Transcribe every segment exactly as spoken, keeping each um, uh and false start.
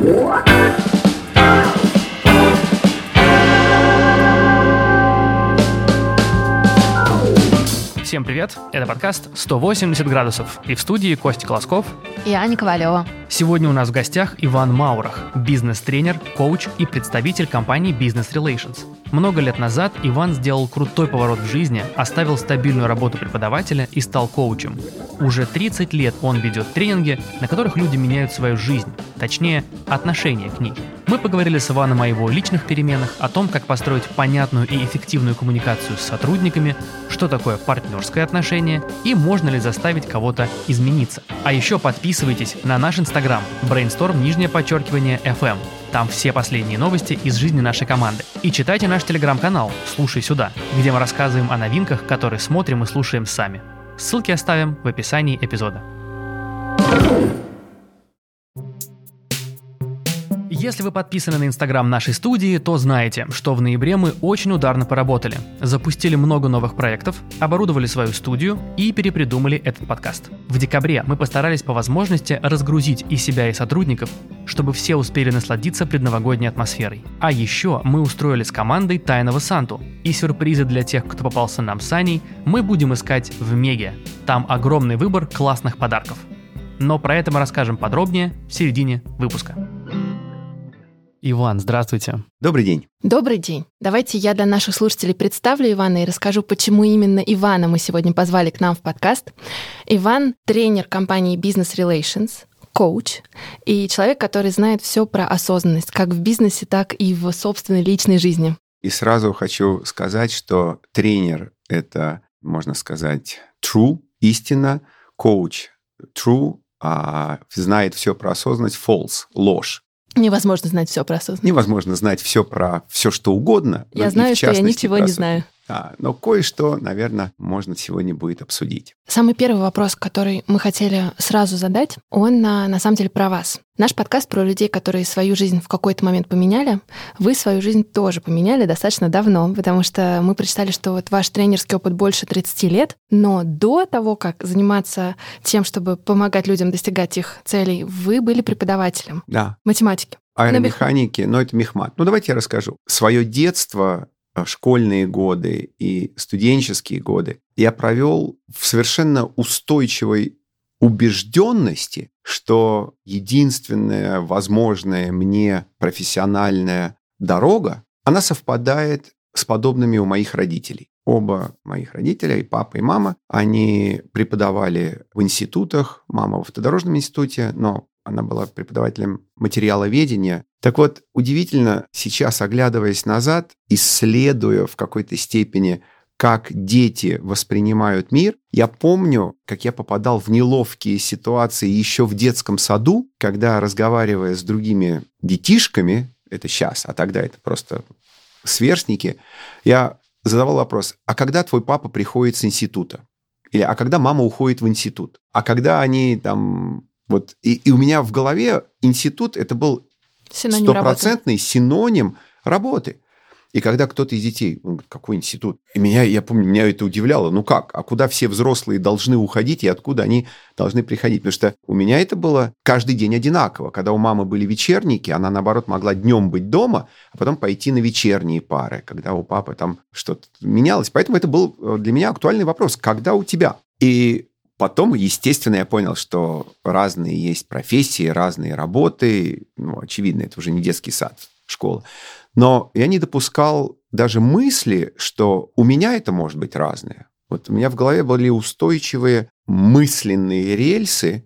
Всем привет, это подкаст сто восемьдесят градусов, и в студии Костя Колосков и Аня Ковалева. Сегодня у нас в гостях Иван Маурах, бизнес-тренер, коуч и представитель компании Business Relations. Много лет назад Иван сделал крутой поворот в жизни, оставил стабильную работу преподавателя и стал коучем. Уже тридцать лет он ведет тренинги, на которых люди меняют свою жизнь, точнее, отношение к ней. Мы поговорили с Иваном о его личных переменах, о том, как построить понятную и эффективную коммуникацию с сотрудниками, что такое партнерское отношение и можно ли заставить кого-то измениться. А еще подписывайтесь на наш инстаграм brainstorm нижнее подчеркивание эф эм. Там все последние новости из жизни нашей команды. И читайте наш телеграм-канал «Слушай сюда», где мы рассказываем о новинках, которые смотрим и слушаем сами. Ссылки оставим в описании эпизода. Если вы подписаны на инстаграм нашей студии, то знаете, что в ноябре мы очень ударно поработали. Запустили много новых проектов, оборудовали свою студию и перепридумали этот подкаст. В декабре мы постарались по возможности разгрузить и себя, и сотрудников, чтобы все успели насладиться предновогодней атмосферой. А еще мы устроили с командой Тайного Санту. И сюрпризы для тех, кто попался нам с Аней, мы будем искать в Меге. Там огромный выбор классных подарков. Но про это мы расскажем подробнее в середине выпуска. Иван, здравствуйте. Добрый день. Добрый день. Давайте я для наших слушателей представлю Ивана и расскажу, почему именно Ивана мы сегодня позвали к нам в подкаст. Иван — тренер компании Business Relations, коуч и человек, который знает все про осознанность, как в бизнесе, так и в собственной личной жизни. И сразу хочу сказать, что тренер — это, можно сказать, true, истина, коуч — true, а знает все про осознанность, false, ложь. Невозможно знать все про осознанность. Невозможно знать все про все, что угодно. Я знаю, что я ничего не знаю. Да, но кое-что, наверное, можно сегодня будет обсудить. Самый первый вопрос, который мы хотели сразу задать, он на, на самом деле про вас. Наш подкаст про людей, которые свою жизнь в какой-то момент поменяли. Вы свою жизнь тоже поменяли достаточно давно, потому что мы прочитали, что вот ваш тренерский опыт больше тридцати лет, но до того, как заниматься тем, чтобы помогать людям достигать их целей, вы были преподавателем. Да. Математики. Аэромеханики, но это мехмат. Ну, давайте я расскажу. Свое детство, школьные годы и студенческие годы я провел в совершенно устойчивой убежденности, что единственная возможная мне профессиональная дорога, она совпадает с подобными у моих родителей. Оба моих родителя, и папа, и мама, они преподавали в институтах, мама в автодорожном институте, но она была преподавателем материаловедения. Так вот, удивительно, сейчас, оглядываясь назад, исследуя в какой-то степени, как дети воспринимают мир, я помню, как я попадал в неловкие ситуации еще в детском саду, когда, разговаривая с другими детишками, это сейчас, а тогда это просто сверстники, я задавал вопрос: а когда твой папа приходит с института? Или а когда мама уходит в институт? А когда они там... Вот, и, и у меня в голове институт – это был стопроцентный синоним работы. И когда кто-то из детей, он говорит: какой институт? И меня, я помню, меня это удивляло. Ну как? А куда все взрослые должны уходить и откуда они должны приходить? Потому что у меня это было каждый день одинаково. Когда у мамы были вечерники, она, наоборот, могла днем быть дома, а потом пойти на вечерние пары, когда у папы там что-то менялось. Поэтому это был для меня актуальный вопрос: когда у тебя? И потом, естественно, я понял, что разные есть профессии, разные работы. Ну, очевидно, это уже не детский сад, школа. Но я не допускал даже мысли, что у меня это может быть разное. Вот у меня в голове были устойчивые мысленные рельсы,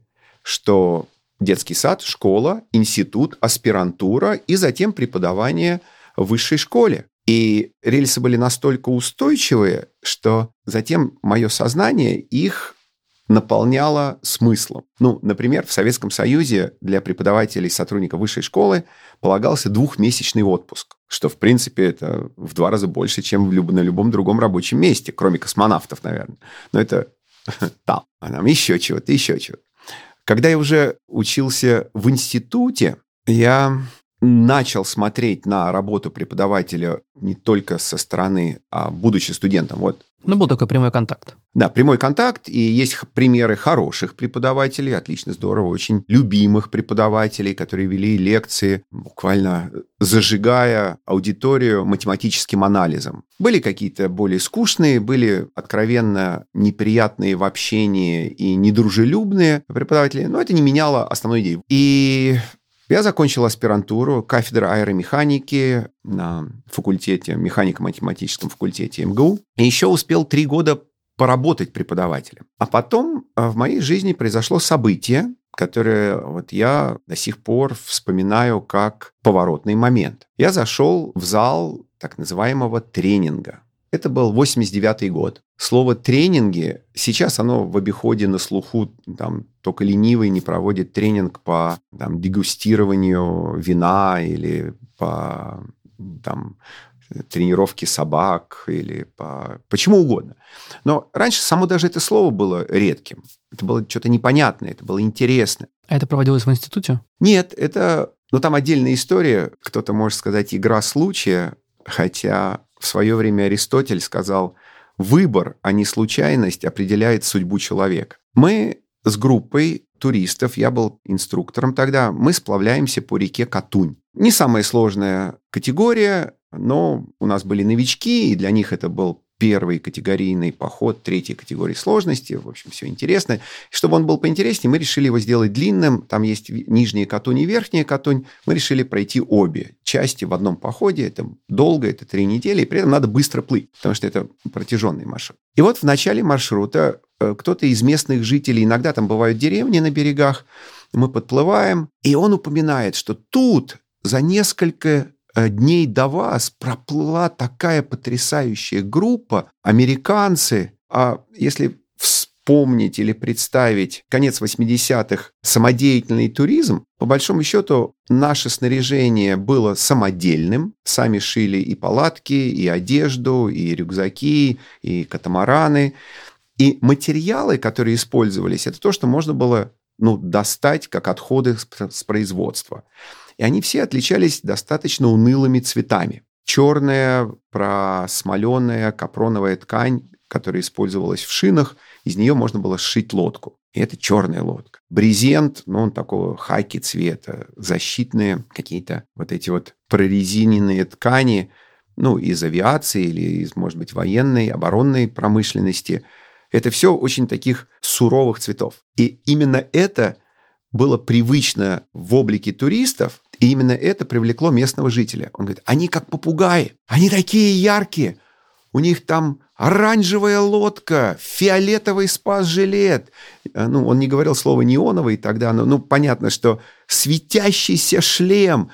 что детский сад, школа, институт, аспирантура и затем преподавание в высшей школе. И рельсы были настолько устойчивые, что затем мое сознание их наполняло смыслом. Ну, например, в Советском Союзе для преподавателей и сотрудников высшей школы полагался двухмесячный отпуск, что, в принципе, это в два раза больше, чем в люб- на любом другом рабочем месте, кроме космонавтов, наверное. Но это там, а нам еще чего-то, еще чего-то. Когда я уже учился в институте, я начал смотреть на работу преподавателя не только со стороны, а будучи студентом. Вот. Ну, был такой прямой контакт. Да, прямой контакт, и есть примеры хороших преподавателей, отлично, здорово, очень любимых преподавателей, которые вели лекции, буквально зажигая аудиторию математическим анализом. Были какие-то более скучные, были откровенно неприятные в общении и недружелюбные преподаватели, но это не меняло основной идеи. И я закончил аспирантуру, кафедра аэромеханики на факультете, механико-математическом факультете эм гэ у. И еще успел три года поработать преподавателем. А потом в моей жизни произошло событие, которое вот я до сих пор вспоминаю как поворотный момент. Я зашел в зал так называемого тренинга. Это был восемьдесят девятый год. Слово «тренинги» сейчас оно в обиходе, на слуху, там, только ленивый не проводит тренинг по там, дегустированию вина или по там, тренировке собак или по... почему угодно. Но раньше само даже это слово было редким. Это было что-то непонятное, это было интересно. А это проводилось в институте? Нет, это... Ну, там отдельная история. Кто-то может сказать «игра случая», хотя в свое время Аристотель сказал, выбор, а не случайность, определяет судьбу человека. Мы с группой туристов, я был инструктором тогда, мы сплавляемся по реке Катунь. Не самая сложная категория, но у нас были новички, и для них это был первый категорийный поход третьей категории сложности. В общем, все интересно. Чтобы он был поинтереснее, мы решили его сделать длинным. Там есть нижняя Катунь и верхняя Катунь. Мы решили пройти обе части в одном походе. Это долго, это три недели. И при этом надо быстро плыть, потому что это протяженный маршрут. И вот в начале маршрута кто-то из местных жителей, иногда там бывают деревни на берегах, мы подплываем, и он упоминает, что тут за несколько дней до вас проплыла такая потрясающая группа, американцы. А если вспомнить или представить конец восьмидесятых, самодеятельный туризм, по большому счету наше снаряжение было самодельным. Сами шили и палатки, и одежду, и рюкзаки, и катамараны. И материалы, которые использовались, это то, что можно было ну, достать как отходы с производства. И они все отличались достаточно унылыми цветами. Черная, просмоленная капроновая ткань, которая использовалась в шинах, из нее можно было сшить лодку. И это черная лодка. Брезент, ну, он такого хаки цвета, защитные какие-то вот эти вот прорезиненные ткани, ну, из авиации или из, может быть, военной, оборонной промышленности. Это все очень таких суровых цветов. И именно это было привычно в облике туристов, и именно это привлекло местного жителя. Он говорит, они как попугаи, они такие яркие, у них там оранжевая лодка, фиолетовый спас-жилет. Ну, он не говорил слово неоновый тогда, но ну, понятно, что светящийся шлем,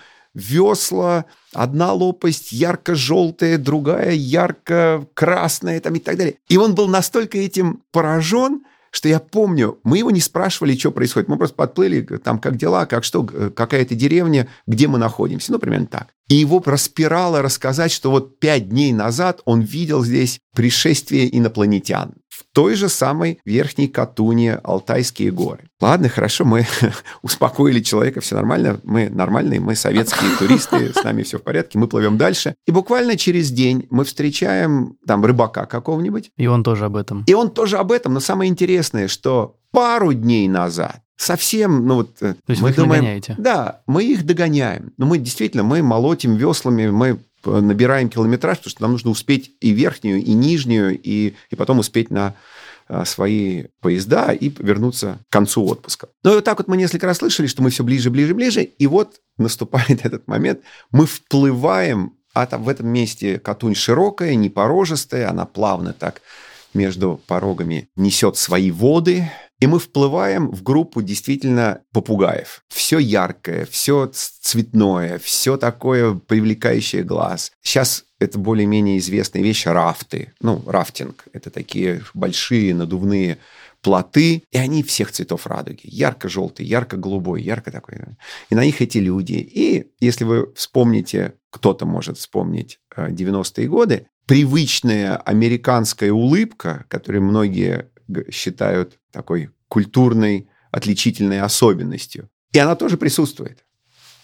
весла, одна лопасть ярко-желтая, другая ярко-красная там, и так далее. И он был настолько этим поражен, что я помню, мы его не спрашивали, что происходит. Мы просто подплыли, там, как дела, как что, какая-то деревня, где мы находимся. Ну, примерно так. И его распирало рассказать, что вот пять дней назад он видел здесь пришествие инопланетян. В той же самой Верхней Катуне, Алтайские горы. Ладно, хорошо, мы успокоили человека, все нормально, мы нормальные, мы советские туристы, с нами все в порядке, мы плывем дальше. И буквально через день мы встречаем там рыбака какого-нибудь. И он тоже об этом. И он тоже об этом, но самое интересное, что пару дней назад совсем, ну вот... То есть мы вы их думаем, нагоняете? Да, мы их догоняем. Но мы действительно, мы молотим веслами, мы набираем километраж, потому что нам нужно успеть и верхнюю, и нижнюю, и, и потом успеть на а, свои поезда и вернуться к концу отпуска. Но и вот так вот мы несколько раз слышали, что мы все ближе, ближе, ближе, и вот наступает этот момент, мы вплываем, а там в этом месте Катунь широкая, не порожистая, она плавно так между порогами несет свои воды, и мы вплываем в группу действительно попугаев. Все яркое, все цветное, все такое привлекающее глаз. Сейчас это более-менее известная вещь — рафты. Ну, рафтинг – это такие большие надувные плоты, и они всех цветов радуги. Ярко-желтый, ярко-голубой, ярко такой. И на них эти люди. И если вы вспомните, кто-то может вспомнить девяностые годы, привычная американская улыбка, которую многие считают такой культурной, отличительной особенностью. И она тоже присутствует.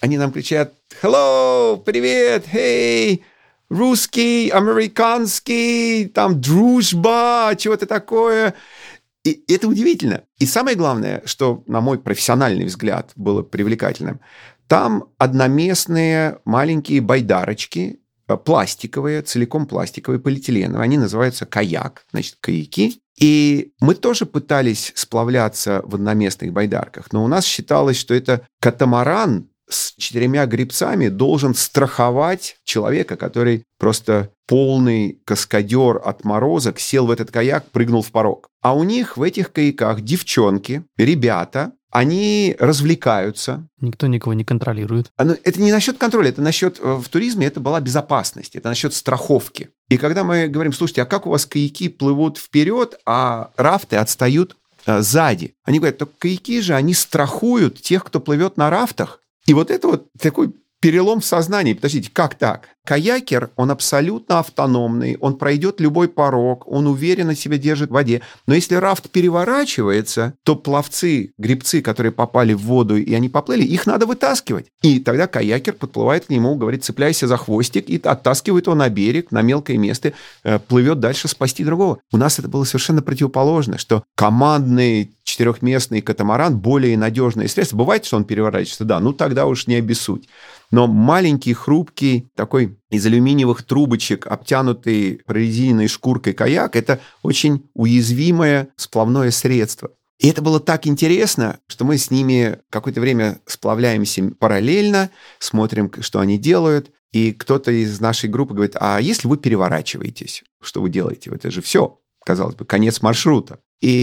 они нам кричат «Hello! Привет! Hey! Русский, американский, там дружба, чего-то такое». И это удивительно. И самое главное, что, на мой профессиональный взгляд, было привлекательным, там одноместные маленькие байдарочки, пластиковые, целиком пластиковые, полиэтиленовые. Они называются каяк, значит, каяки. И мы тоже пытались сплавляться в одноместных байдарках, но у нас считалось, что это катамаран с четырьмя гребцами должен страховать человека, который просто полный каскадер отморозок, сел в этот каяк, прыгнул в порог. А у них в этих каяках девчонки, ребята, они развлекаются. Никто никого не контролирует. Это не насчет контроля, это насчет, в туризме это была безопасность, это насчет страховки. И когда мы говорим, слушайте, а как у вас каяки плывут вперед, а рафты отстают а, сзади? Они говорят, только каяки же, они страхуют тех, кто плывет на рафтах. И вот это вот такой перелом в сознании. Подождите, как так? Каякер, он абсолютно автономный, он пройдет любой порог, он уверенно себя держит в воде. Но если рафт переворачивается, то пловцы, гребцы, которые попали в воду и они поплыли, их надо вытаскивать. И тогда каякер подплывает к нему, говорит, цепляйся за хвостик, и оттаскивает его на берег, на мелкое место, плывет дальше спасти другого. У нас это было совершенно противоположно, что командный четырехместный катамаран более надежное средство. Бывает, что он переворачивается, да, ну тогда уж не обессудь. Но маленький, хрупкий, такой из алюминиевых трубочек, обтянутый прорезиненной шкуркой каяк, это очень уязвимое сплавное средство. И это было так интересно, что мы с ними какое-то время сплавляемся параллельно, смотрим, что они делают. И кто-то из нашей группы говорит, а если вы переворачиваетесь, что вы делаете? Это же все, казалось бы, конец маршрута.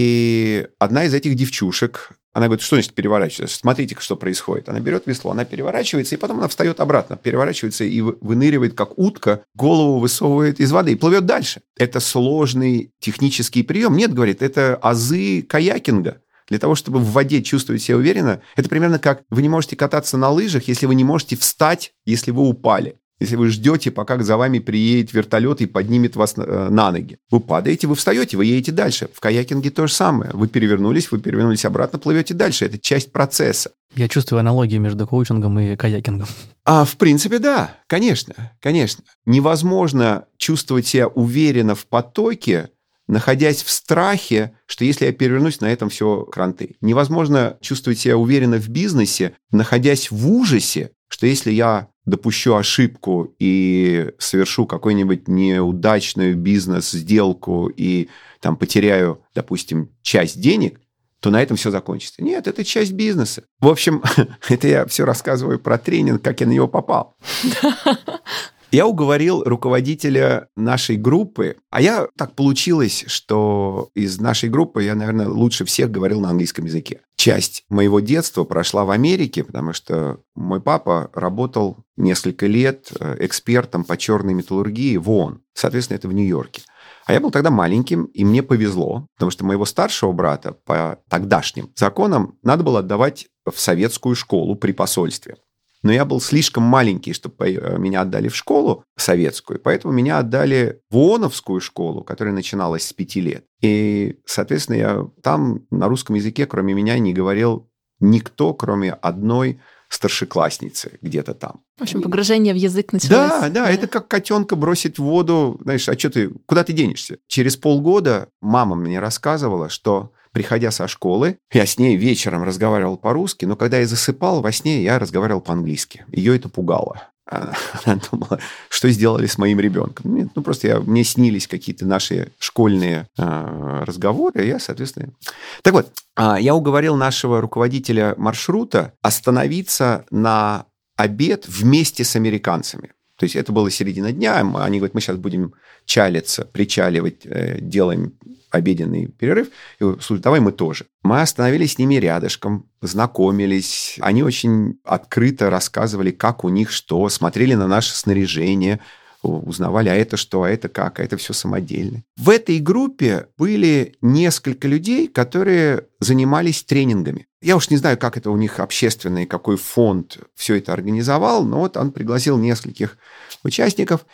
И одна из этих девчушек, она говорит, что значит переворачиваться? Смотрите, что происходит. Она берет весло, она переворачивается, и потом она встает обратно, переворачивается и выныривает, как утка, голову высовывает из воды и плывет дальше. Это сложный технический прием. Нет, говорит, это азы каякинга. Для того, чтобы в воде чувствовать себя уверенно, это примерно как вы не можете кататься на лыжах, если вы не можете встать, если вы упали. Если вы ждете, пока за вами приедет вертолет и поднимет вас на ноги. Вы падаете, вы встаете, вы едете дальше. В каякинге то же самое. Вы перевернулись, вы перевернулись обратно, плывете дальше. Это часть процесса. Я чувствую аналогии между коучингом и каякингом. А в принципе, да, конечно, конечно. Невозможно чувствовать себя уверенно в потоке, находясь в страхе, что если я перевернусь, на этом все кранты. Невозможно чувствовать себя уверенно в бизнесе, находясь в ужасе, что если я допущу ошибку и совершу какую-нибудь неудачную бизнес-сделку и там потеряю, допустим, часть денег, то на этом все закончится. Нет, это часть бизнеса. В общем, это я все рассказываю про тренинг, как я на него попал. Я уговорил руководителя нашей группы, а я так получилось, что из нашей группы я, наверное, лучше всех говорил на английском языке. Часть моего детства прошла в Америке, потому что мой папа работал несколько лет экспертом по черной металлургии в ООН. Соответственно, это в Нью-Йорке. А я был тогда маленьким, и мне повезло, потому что моего старшего брата по тогдашним законам надо было отдавать в советскую школу при посольстве. Но я был слишком маленький, чтобы меня отдали в школу советскую, поэтому меня отдали в ООНовскую школу, которая начиналась с пяти лет. И, соответственно, я там на русском языке, кроме меня, не говорил никто, кроме одной старшеклассницы где-то там. В общем, погружение в язык началось. Да, да, да, это как котенка бросить в воду. Знаешь, а что ты, куда ты денешься? Через полгода мама мне рассказывала, что, приходя со школы, я с ней вечером разговаривал по-русски, но когда я засыпал, во сне я разговаривал по-английски. Ее это пугало. Она, она думала, что сделали с моим ребенком. Нет, ну, просто я, мне снились какие-то наши школьные э, разговоры, и я, соответственно... Так вот, э, я уговорил нашего руководителя маршрута остановиться на обед вместе с американцами. То есть это было середина дня, они говорят, мы сейчас будем чалиться, причаливать, э, делаем обеденный перерыв. И говорю, слушай, давай мы тоже. Мы остановились с ними рядышком, знакомились. Они очень открыто рассказывали, как у них что, смотрели на наше снаряжение, узнавали, а это что, а это как, а это все самодельно. В этой группе были несколько людей, которые занимались тренингами. Я уж не знаю, как это у них общественный, какой фонд все это организовал, но вот он пригласил нескольких участников.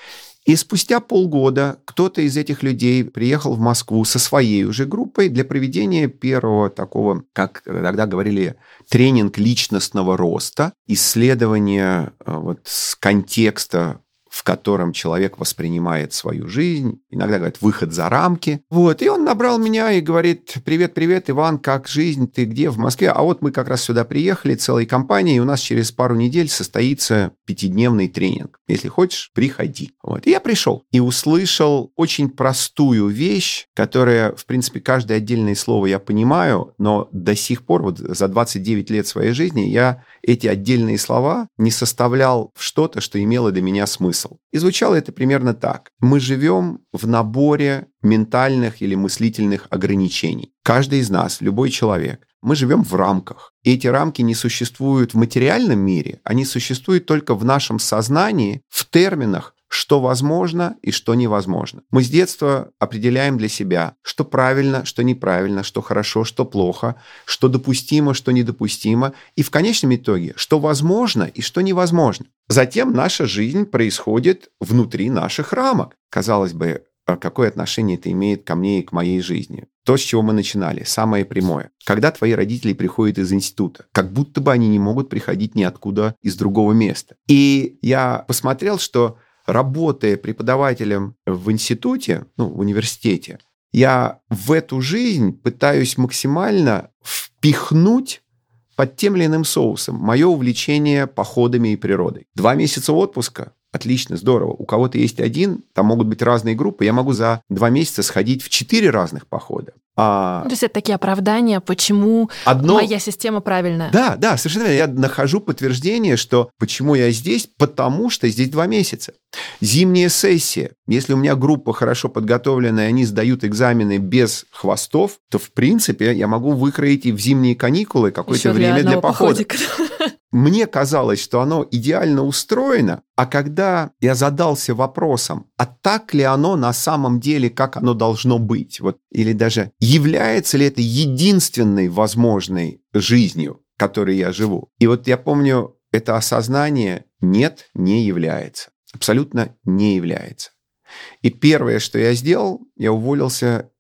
И спустя полгода кто-то из этих людей приехал в Москву со своей уже группой для проведения первого такого, как тогда говорили, тренинг личностного роста, исследования вот с контекста, в котором человек воспринимает свою жизнь, иногда говорят «выход за рамки». Вот. И он набрал меня и говорит: «Привет, привет, Иван, как жизнь? Ты где? В Москве? А вот мы как раз сюда приехали целой компанией, и у нас через пару недель состоится пятидневный тренинг. Если хочешь, приходи». Вот. И я пришел и услышал очень простую вещь, которая, в принципе, каждое отдельное слово я понимаю, но до сих пор, вот за двадцать девять лет своей жизни, я эти отдельные слова не составлял в что-то, что имело для меня смысл. И звучало это примерно так. Мы живем в наборе ментальных или мыслительных ограничений. Каждый из нас, любой человек, мы живем в рамках. И эти рамки не существуют в материальном мире, они существуют только в нашем сознании, в терминах, что возможно и что невозможно. Мы с детства определяем для себя, что правильно, что неправильно, что хорошо, что плохо, что допустимо, что недопустимо, и в конечном итоге, что возможно и что невозможно. Затем наша жизнь происходит внутри наших рамок. Казалось бы, какое отношение это имеет ко мне и к моей жизни? То, с чего мы начинали, самое прямое. Когда твои родители приходят из института, как будто бы они не могут приходить ниоткуда из другого места. И я посмотрел, что работая преподавателем в институте, ну, в университете, я в эту жизнь пытаюсь максимально впихнуть под тем или иным соусом мое увлечение походами и природой. Два месяца отпуска – отлично, здорово. У кого-то есть один, там могут быть разные группы. Я могу за два месяца сходить в четыре разных похода. А... То есть это такие оправдания, почему Одно... моя система правильная. Да, да, совершенно верно. Я нахожу подтверждение, что почему я здесь, потому что здесь два месяца. Зимняя сессия. Если у меня группа хорошо подготовленная, и они сдают экзамены без хвостов, то, в принципе, я могу выкроить и в зимние каникулы какое-то время для, для похода. Мне казалось, что оно идеально устроено, а когда я задался вопросом, а так ли оно на самом деле, как оно должно быть, вот, или даже является ли это единственной возможной жизнью, которой я живу. И вот я помню, это осознание нет, не является. Абсолютно не является. И первое, что я сделал, я уволился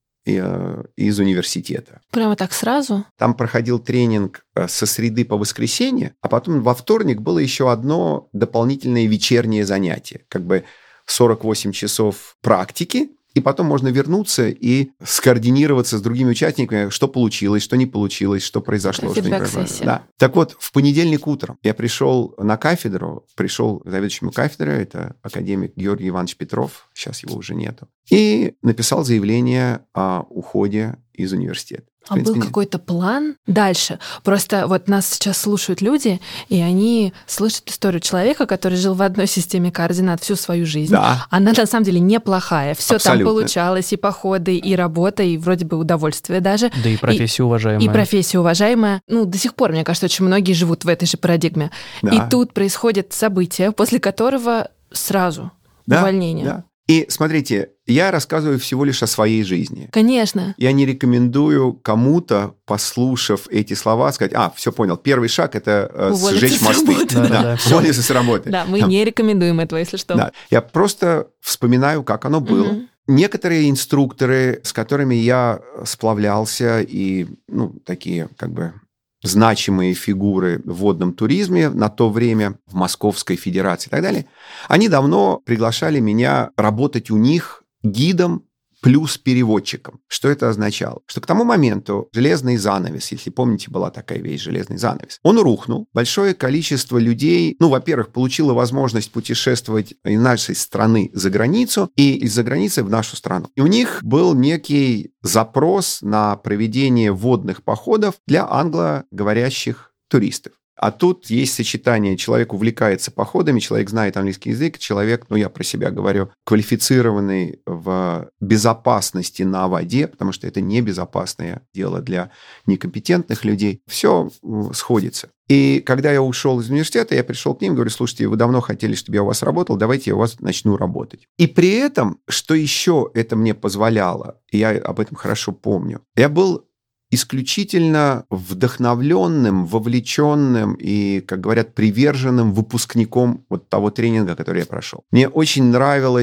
из университета. Прямо так сразу? Там проходил тренинг со среды по воскресенье, а потом во вторник было еще одно дополнительное вечернее занятие. Как бы сорок восемь часов практики, и потом можно вернуться и скоординироваться с другими участниками, что получилось, что не получилось, что произошло. Фидбэк-сессия. Да. Так вот, в понедельник утром я пришел на кафедру, пришел к заведующему кафедры, это академик Георгий Иванович Петров, сейчас его уже нету, и написал заявление о уходе из университета. А принципе, был какой-то план дальше? Просто вот нас сейчас слушают люди, и они слышат историю человека, который жил в одной системе координат всю свою жизнь. Да. Она на самом деле неплохая. Все там Абсолютно. Получалось, и походы, и работа, и вроде бы удовольствие даже. Да и профессия и, уважаемая. И профессия уважаемая. Ну, до сих пор, мне кажется, очень многие живут в этой же парадигме. Да. И тут происходит событие, после которого сразу да, увольнение. Да. И смотрите, я рассказываю всего лишь о своей жизни. Конечно. Я не рекомендую кому-то, послушав эти слова, сказать: а, все понял, первый шаг – это уволиться сжечь мосты. Да, да, да, уволиться с работы. Да, мы не рекомендуем этого, если что. Да. Я просто вспоминаю, как оно было. Угу. Некоторые инструкторы, с которыми я сплавлялся, и ну, такие как бы значимые фигуры в водном туризме на то время в Московской Федерации и так далее, они давно приглашали меня работать у них гидом плюс переводчиком. Что это означало? Что к тому моменту железный занавес, если помните, была такая вещь, железный занавес, он рухнул. Большое количество людей, ну, во-первых, получило возможность путешествовать из нашей страны за границу и из-за границы в нашу страну. И у них был некий запрос на проведение водных походов для англоговорящих туристов. А тут есть сочетание: человек увлекается походами, человек знает английский язык, человек, ну я про себя говорю, квалифицированный в безопасности на воде, потому что это небезопасное дело для некомпетентных людей. Все сходится. И когда я ушел из университета, я пришел к ним и говорю: слушайте, вы давно хотели, чтобы я у вас работал, давайте я у вас начну работать. И при этом, что еще это мне позволяло, и я об этом хорошо помню, я был исключительно вдохновленным, вовлеченным и, как говорят, приверженным выпускником вот того тренинга, который я прошел. Мне очень нравилось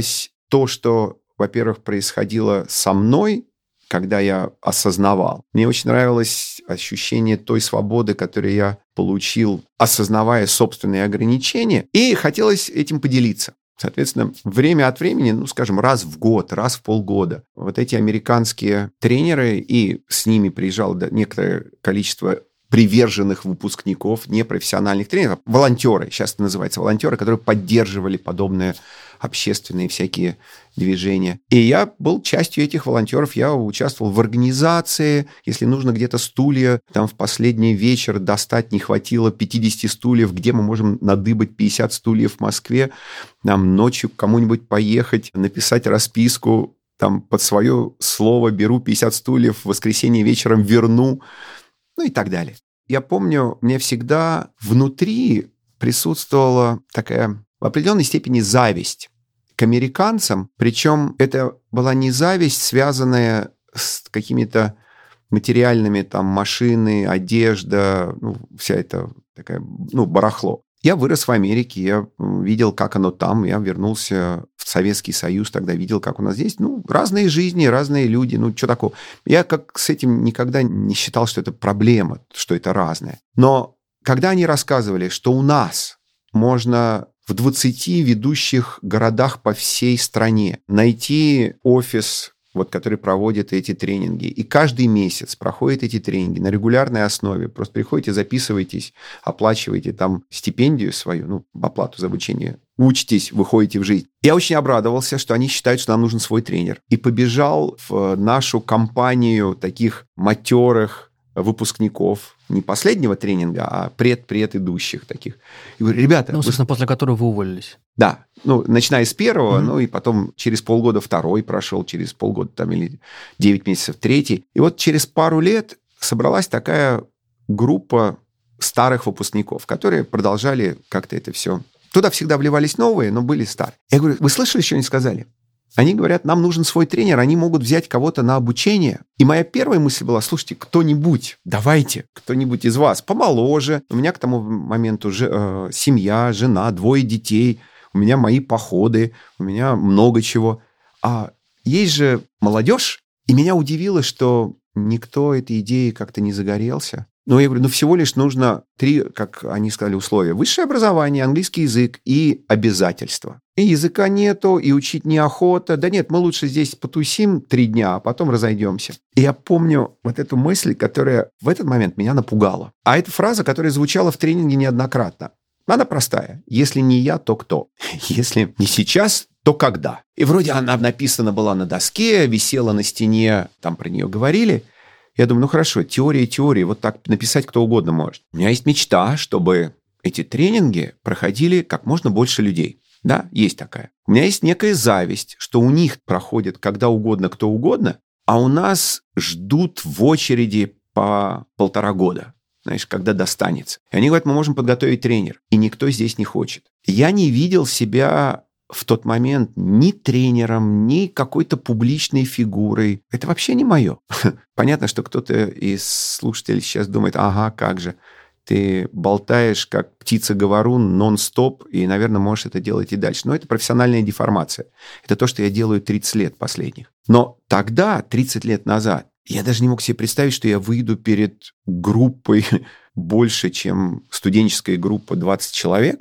то, что, во-первых, происходило со мной, когда я осознавал. Мне очень нравилось ощущение той свободы, которую я получил, осознавая собственные ограничения, и хотелось этим поделиться. Соответственно, время от времени, ну, скажем, раз в год, раз в полгода, вот эти американские тренеры, и с ними приезжало некоторое количество приверженных выпускников, непрофессиональных тренеров, волонтеры, сейчас это называется волонтеры, которые поддерживали подобные общественные всякие движения. И я был частью этих волонтеров, я участвовал в организации, если нужно где-то стулья, там в последний вечер достать не хватило пятьдесят стульев, где мы можем надыбать пятьдесят стульев в Москве, нам ночью к кому-нибудь поехать, написать расписку, там под свое слово беру пятьдесят стульев, в воскресенье вечером верну, ну и так далее. Я помню, мне всегда внутри присутствовала такая в определенной степени зависть к американцам, причем это была не зависть, связанная с какими-то материальными, там, машины, одежда, ну, вся эта такая, ну, барахло. Я вырос в Америке, я видел, как оно там, я вернулся в Советский Союз, тогда видел, как у нас здесь, ну, разные жизни, разные люди, ну, что такого. Я как с этим никогда не считал, что это проблема, что это разное. Но когда они рассказывали, что у нас можно в двадцати ведущих городах по всей стране найти офис, вот, который проводит эти тренинги, и каждый месяц проходят эти тренинги на регулярной основе. Просто приходите, записывайтесь, оплачиваете там стипендию свою, ну, оплату за обучение, учитесь, выходите в жизнь. Я очень обрадовался, что они считают, что нам нужен свой тренер. И побежал в нашу компанию таких матерых выпускников, не последнего тренинга, а пред-предыдущих таких. И говорю, ребята... Ну, собственно, вы... после которого вы уволились. Да, ну, начиная с первого, mm-hmm. ну, и потом через полгода второй прошел, через полгода там или девять месяцев третий. И вот через пару лет собралась такая группа старых выпускников, которые продолжали как-то это все... Туда всегда вливались новые, но были старые. Я говорю, вы слышали, что они сказали? Они говорят, нам нужен свой тренер, они могут взять кого-то на обучение. И моя первая мысль была, слушайте, кто-нибудь, давайте, кто-нибудь из вас помоложе. У меня к тому моменту же, э, семья, жена, двое детей, у меня мои походы, у меня много чего. А есть же молодежь, и меня удивило, что никто этой идеей как-то не загорелся. Но я говорю, ну всего лишь нужно три, как они сказали, условия. Высшее образование, английский язык и обязательства. И языка нету, и учить неохота. Да нет, мы лучше здесь потусим три дня, а потом разойдемся. И я помню вот эту мысль, которая в этот момент меня напугала. А это фраза, которая звучала в тренинге неоднократно. Она простая. Если не я, то кто? Если не сейчас, то когда? И вроде она написана была на доске, висела на стене, там про нее говорили. Я думаю, ну хорошо, теория теории, вот так написать кто угодно может. У меня есть мечта, чтобы эти тренинги проходили как можно больше людей. Да, есть такая. У меня есть некая зависть, что у них проходит когда угодно, кто угодно, а у нас ждут в очереди по полтора года, знаешь, когда достанется. И они говорят, мы можем подготовить тренер, и никто здесь не хочет. Я не видел себя в тот момент ни тренером, ни какой-то публичной фигурой. Это вообще не мое. Понятно, что кто-то из слушателей сейчас думает, ага, как же, ты болтаешь как птица-говорун нон-стоп, и, наверное, можешь это делать и дальше. Но это профессиональная деформация. Это то, что я делаю тридцать лет последних. Но тогда, тридцать лет назад, я даже не мог себе представить, что я выйду перед группой больше, чем студенческая группа двадцать человек,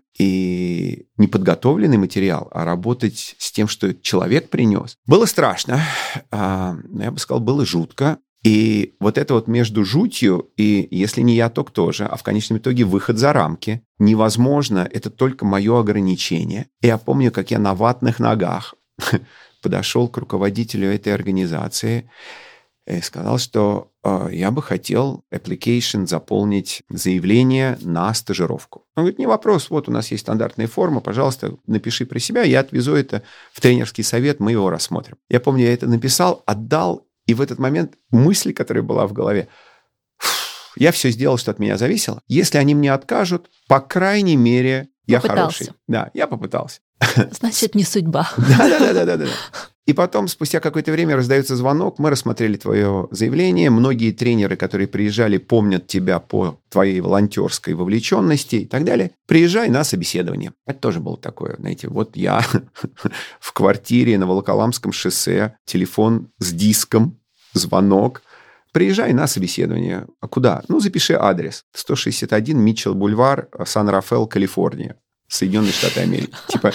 и неподготовленный материал, а работать с тем, что человек принес. Было страшно, я бы сказал, было жутко. И вот это вот между жутью и «если не я, то кто же?», а в конечном итоге выход за рамки невозможно, это только мое ограничение. И я помню, как я на ватных ногах подошел к руководителю этой организации и сказал, что э, я бы хотел application заполнить заявление на стажировку. Он говорит, не вопрос, вот у нас есть стандартная форма, пожалуйста, напиши про себя, я отвезу это в тренерский совет, мы его рассмотрим. Я помню, я это написал, отдал, и в этот момент мысль, которая была в голове, я все сделал, что от меня зависело. Если они мне откажут, по крайней мере, Я Попытался. хороший. Да, я попытался. Значит, не судьба. Да-да-да. И потом, спустя какое-то время, раздается звонок, мы рассмотрели твое заявление, многие тренеры, которые приезжали, помнят тебя по твоей волонтерской вовлеченности и так далее. Приезжай на собеседование. Это тоже было такое, знаете, вот я в квартире на Волоколамском шоссе, телефон с диском, звонок. Приезжай на собеседование. А куда? Ну, запиши адрес. сто шестьдесят один Митчелл-Бульвар, Сан-Рафаэл, Калифорния, Соединенные Штаты Америки. Типа,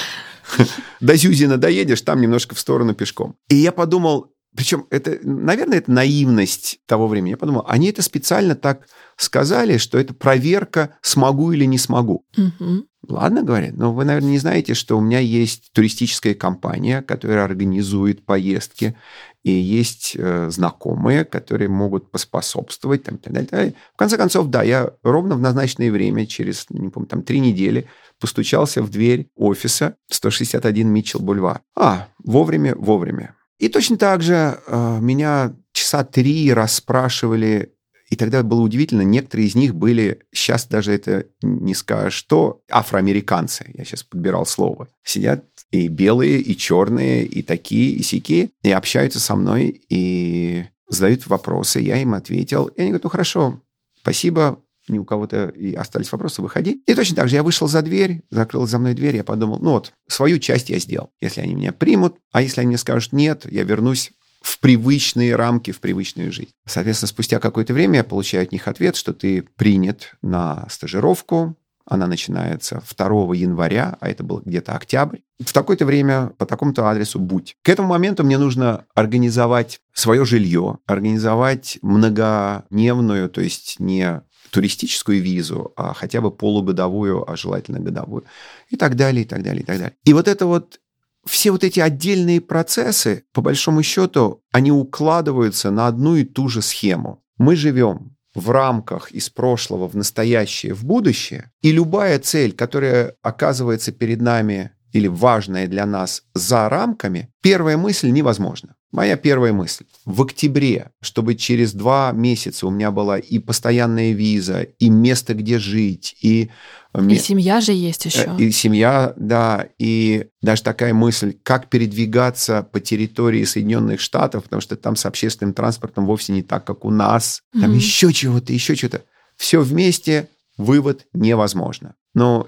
до Зюзина доедешь, там немножко в сторону пешком. И я подумал, причем это, наверное, это наивность того времени. Я подумал, они это специально так сказали, что это проверка, смогу или не смогу. Угу. Ладно, говорят, но вы, наверное, не знаете, что у меня есть туристическая компания, которая организует поездки, и есть э, знакомые, которые могут поспособствовать, там, и так далее, и так далее. В конце концов, да, я ровно в назначенное время, через, не помню, там, три недели, постучался в дверь офиса сто шестьдесят один Митчелл-Бульвар. А, вовремя, вовремя. И точно так же э, меня часа три расспрашивали. И тогда было удивительно, некоторые из них были, сейчас даже это не скажешь, что афроамериканцы, я сейчас подбирал слово, сидят и белые, и черные, и такие, и сякие, и общаются со мной, и задают вопросы, я им ответил, и они говорят, ну хорошо, спасибо, ни у кого-то и остались вопросы, выходи. И точно так же я вышел за дверь, закрыл за мной дверь, я подумал, ну вот, свою часть я сделал, если они меня примут, а если они мне скажут нет, я вернусь в привычные рамки, в привычную жизнь. Соответственно, спустя какое-то время я получаю от них ответ, что ты принят на стажировку. Она начинается второго января, а это был где-то октябрь. В такое-то время по такому-то адресу будь. К этому моменту мне нужно организовать свое жилье, организовать многодневную, то есть не туристическую визу, а хотя бы полугодовую, а желательно годовую. И так далее, и так далее, и так далее. И вот это вот все вот эти отдельные процессы, по большому счету, они укладываются на одну и ту же схему. Мы живем в рамках из прошлого в настоящее, в будущее, и любая цель, которая оказывается перед нами или важная для нас за рамками, первая мысль невозможна. Моя первая мысль. В октябре, чтобы через два месяца у меня была и постоянная виза, и место, где жить, и... И семья же есть еще. И семья, да, и даже такая мысль, как передвигаться по территории Соединенных Штатов, потому что там с общественным транспортом вовсе не так, как у нас. Там mm-hmm. еще чего-то, еще что-то. Все вместе, вывод невозможно. Ну,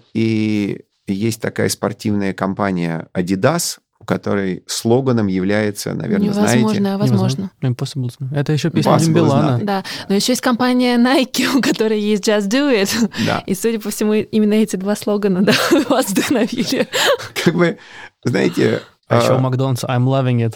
и есть такая спортивная компания Adidas, у которой слоганом является, наверное, невозможно, знаете... Невозможно, возможно. Имpossible. Это еще песня Дембелана. Да, но еще есть компания Nike, у которой есть Just Do It. Да. И, судя по всему, именно эти два слогана да, вас вдохновили. Как бы, знаете... А еще Макдональдс I'm loving it.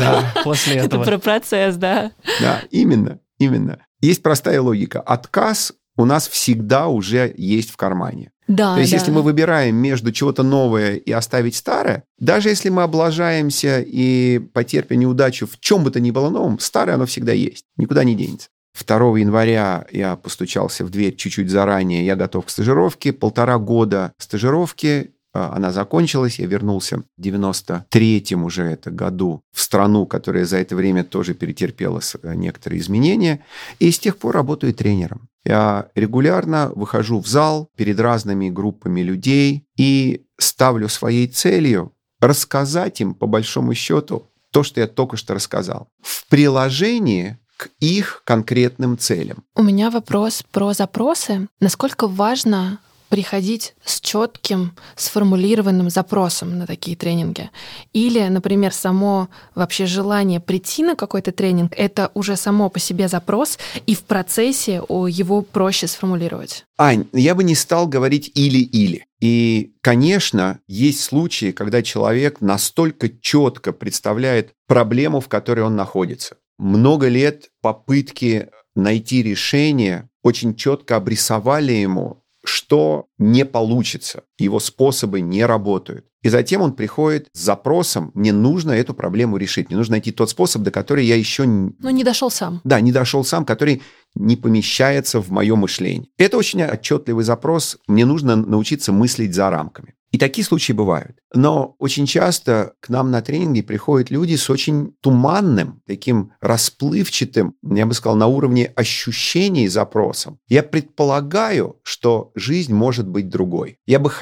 После этого. Это про процесс, да. Да, именно, именно. Есть простая логика. Отказ у нас всегда уже есть в кармане. Да, То есть, да. если мы выбираем между чего-то новое и оставить старое, даже если мы облажаемся и потерпим неудачу в чем бы то ни было новом, старое оно всегда есть, никуда не денется. второго января я постучался в дверь чуть-чуть заранее, я готов к стажировке, полтора года стажировки, она закончилась, я вернулся в девяносто третьем уже это году в страну, которая за это время тоже перетерпела некоторые изменения, и с тех пор работаю тренером. Я регулярно выхожу в зал перед разными группами людей и ставлю своей целью рассказать им, по большому счету, то, что я только что рассказал, в приложении к их конкретным целям. У меня вопрос про запросы. Насколько важно приходить с четким, сформулированным запросом на такие тренинги? Или, например, само вообще желание прийти на какой-то тренинг, это уже само по себе запрос, и в процессе его проще сформулировать? Ань, я бы не стал говорить «или-или». И, конечно, есть случаи, когда человек настолько четко представляет проблему, в которой он находится. Много лет попытки найти решение очень четко обрисовали ему, что не получится, его способы не работают. И затем он приходит с запросом, мне нужно эту проблему решить, мне нужно найти тот способ, до которого я еще... Ну, не дошел сам. Да, не дошел сам, который не помещается в мое мышление. Это очень отчетливый запрос, мне нужно научиться мыслить за рамками. И такие случаи бывают. Но очень часто к нам на тренинги приходят люди с очень туманным, таким расплывчатым, я бы сказал, на уровне ощущений запросом. Я предполагаю, что жизнь может быть другой. Я бы хотел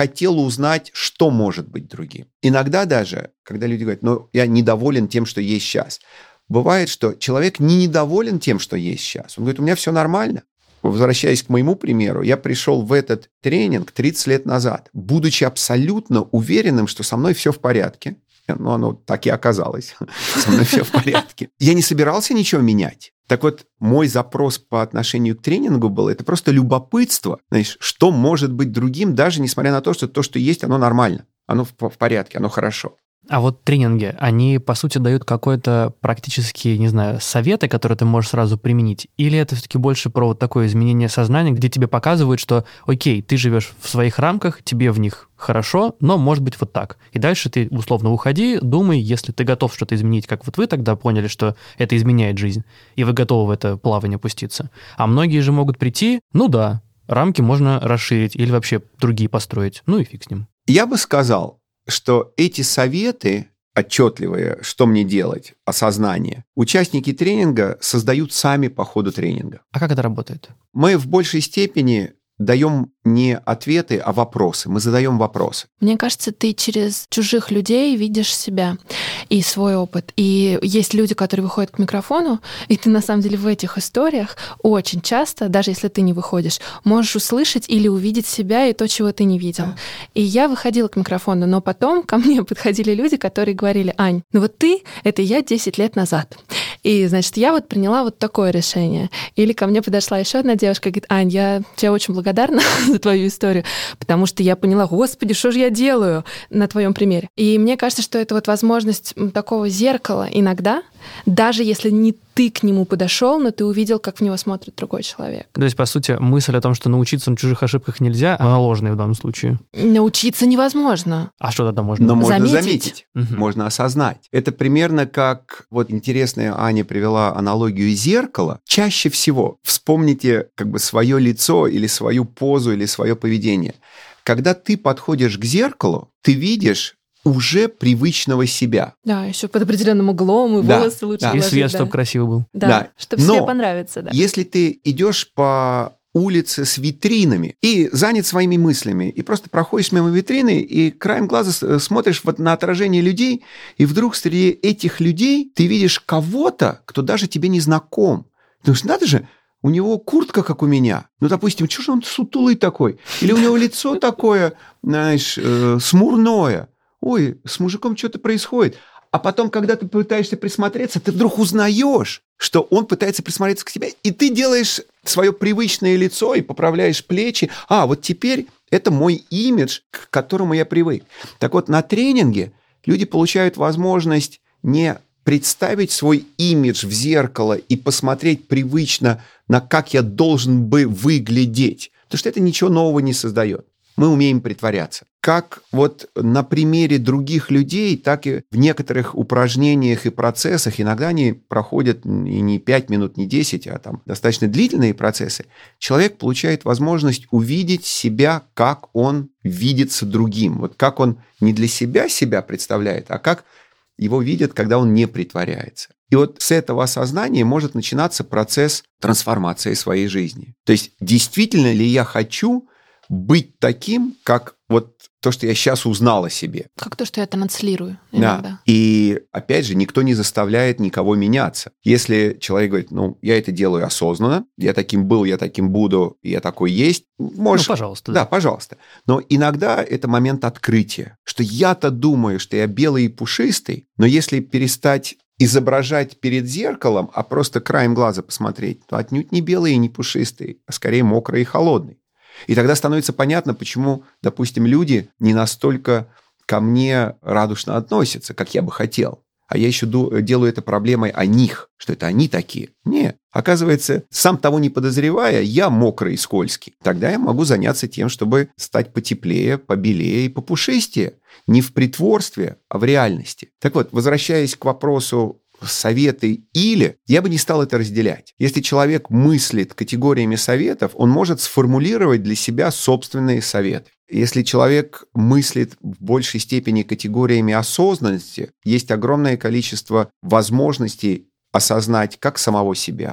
хотел узнать, что может быть другим. Иногда даже, когда люди говорят, ну, я недоволен тем, что есть сейчас, бывает, что человек не недоволен тем, что есть сейчас. Он говорит, у меня все нормально. Возвращаясь к моему примеру, я пришел в этот тренинг тридцать лет назад, будучи абсолютно уверенным, что со мной все в порядке. Ну, оно так и оказалось. Со мной все в порядке. Я не собирался ничего менять. Так вот, мой запрос по отношению к тренингу был, это просто любопытство, знаешь, что может быть другим, даже несмотря на то, что то, что есть, оно нормально, оно в, в порядке, оно хорошо. А вот тренинги, они, по сути, дают какой-то практически, не знаю, советы, которые ты можешь сразу применить? Или это все-таки больше про вот такое изменение сознания, где тебе показывают, что, окей, ты живешь в своих рамках, тебе в них хорошо, но может быть вот так. И дальше ты, условно, уходи, думай, если ты готов что-то изменить, как вот вы тогда поняли, что это изменяет жизнь, и вы готовы в это плавание пуститься. А многие же могут прийти, ну да, рамки можно расширить или вообще другие построить, ну и фиг с ним. Я бы сказал, что эти советы, отчетливые, что мне делать, осознание, участники тренинга создают сами по ходу тренинга. А как это работает? Мы в большей степени даем не ответы, а вопросы. Мы задаем вопросы. Мне кажется, ты через чужих людей видишь себя и свой опыт. И есть люди, которые выходят к микрофону, и ты на самом деле в этих историях очень часто, даже если ты не выходишь, можешь услышать или увидеть себя и то, чего ты не видел. Да. И я выходила к микрофону, но потом ко мне подходили люди, которые говорили: Ань, ну вот ты — это я десять лет назад. И, значит, я вот приняла вот такое решение. Или ко мне подошла еще одна девушка и говорит: Ань, я тебе очень благодарна за твою историю, потому что я поняла, господи, что же я делаю на твоем примере. И мне кажется, что это вот возможность такого зеркала иногда, даже если не ты к нему подошел, но ты увидел, как в него смотрит другой человек. То есть, по сути, мысль о том, что научиться на чужих ошибках нельзя, она ложная в данном случае. Научиться невозможно. А что тогда можно? Но можно заметить. заметить, Угу. можно осознать. Это примерно как, вот интересная Аня привела аналогию зеркала. Чаще всего вспомните как бы свое лицо или свою позу или свое поведение. Когда ты подходишь к зеркалу, ты видишь уже привычного себя. Да, еще под определенным углом, и Да, волосы лучше да. И уложить, свет, да. чтобы красивый был. Да, Да. чтобы Но себе понравиться, да. Если ты идешь по улице с витринами и занят своими мыслями, и просто проходишь мимо витрины, и краем глаза смотришь вот на отражение людей, и вдруг среди этих людей ты видишь кого-то, кто даже тебе не знаком. Ты думаешь, надо же, у него куртка, как у меня. Ну, допустим, что же он сутулый такой? Или у него лицо такое, знаешь, э, смурное. Ой, с мужиком что-то происходит. А потом, когда ты пытаешься присмотреться, ты вдруг узнаешь, что он пытается присмотреться к тебе, и ты делаешь свое привычное лицо и поправляешь плечи. А, вот теперь это мой имидж, к которому я привык. Так вот, на тренинге люди получают возможность не представить свой имидж в зеркало и посмотреть привычно, на как я должен бы выглядеть. Потому что это ничего нового не создает. Мы умеем притворяться. Как вот на примере других людей, так и в некоторых упражнениях и процессах, иногда они проходят и не пять минут, не десять, а там достаточно длительные процессы, человек получает возможность увидеть себя, как он видится другим. Вот как он не для себя себя представляет, а как его видят, когда он не притворяется. И вот с этого осознания может начинаться процесс трансформации своей жизни. То есть, действительно ли я хочу быть таким, как вот то, что я сейчас узнал о себе. Как то, что я транслирую иногда. Да. И, опять же, никто не заставляет никого меняться. Если человек говорит, ну, я это делаю осознанно, я таким был, я таким буду, я такой есть, можешь... Ну, пожалуйста. Да, пожалуйста. Но иногда это момент открытия, что я-то думаю, что я белый и пушистый, но если перестать изображать перед зеркалом, а просто краем глаза посмотреть, то отнюдь не белый и не пушистый, а скорее мокрый и холодный. И тогда становится понятно, почему, допустим, люди не настолько ко мне радушно относятся, как я бы хотел. А я еще делаю это проблемой о них, что это они такие. Нет. Оказывается, сам того не подозревая, я мокрый и скользкий. Тогда я могу заняться тем, чтобы стать потеплее, побелее и попушистее. Не в притворстве, а в реальности. Так вот, возвращаясь к вопросу советы или, я бы не стал это разделять. Если человек мыслит категориями советов, он может сформулировать для себя собственные советы. Если человек мыслит в большей степени категориями осознанности, есть огромное количество возможностей осознать как самого себя,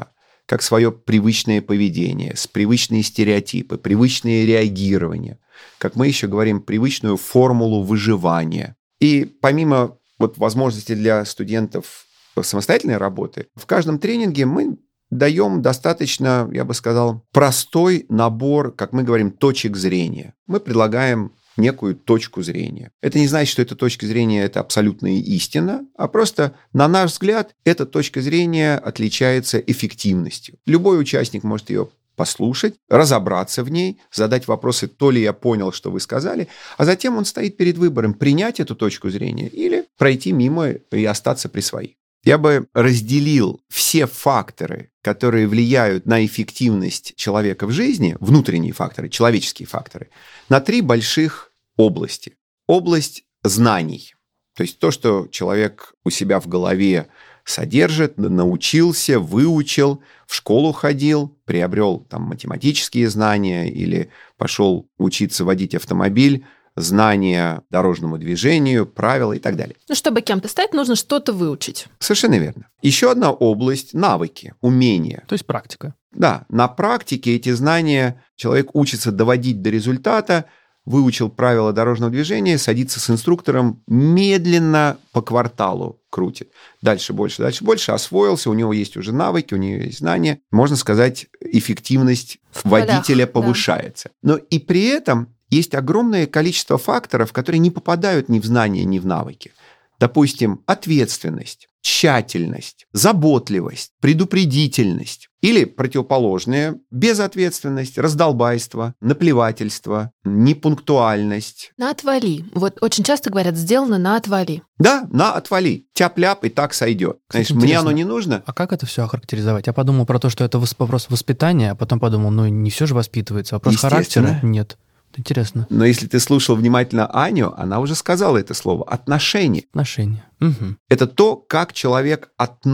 как свое привычное поведение, с привычные стереотипы, привычные реагирования, как мы еще говорим, привычную формулу выживания. И помимо вот возможности для студентов самостоятельной работы, в каждом тренинге мы даем достаточно, я бы сказал, простой набор, как мы говорим, точек зрения. Мы предлагаем некую точку зрения. Это не значит, что эта точка зрения – это абсолютная истина, а просто, на наш взгляд, эта точка зрения отличается эффективностью. Любой участник может ее послушать, разобраться в ней, задать вопросы, то ли я понял, что вы сказали, а затем он стоит перед выбором принять эту точку зрения или пройти мимо и остаться при своей. Я бы разделил все факторы, которые влияют на эффективность человека в жизни, внутренние факторы, человеческие факторы, на три больших области. Область знаний, то есть то, что человек у себя в голове содержит, научился, выучил, в школу ходил, приобрел там математические знания или пошел учиться водить автомобиль, знания дорожному движению, правила и так далее. Ну, чтобы кем-то стать, нужно что-то выучить. Совершенно верно. Еще одна область – навыки, умения. То есть практика. Да, на практике эти знания человек учится доводить до результата, выучил правила дорожного движения, садится с инструктором, медленно по кварталу крутит. Дальше больше, дальше больше, освоился, у него есть уже навыки, у него есть знания. Можно сказать, эффективность в водителя полях, повышается. Да. Но и при этом есть огромное количество факторов, которые не попадают ни в знания, ни в навыки. Допустим, ответственность, тщательность, заботливость, предупредительность. Или противоположное – безответственность, раздолбайство, наплевательство, непунктуальность. На отвали. Вот очень часто говорят, сделано на отвали. Да, на отвали. Тяп-ляп и так сойдет. Знаешь, мне оно не нужно. А как это все охарактеризовать? Я подумал про то, что это вопрос воспитания, а потом подумал, ну не все же воспитывается. Вопрос характера нет. Интересно. Но если ты слушал внимательно Аню, она уже сказала это слово. Отношения. Отношения. Угу. Это то, как человек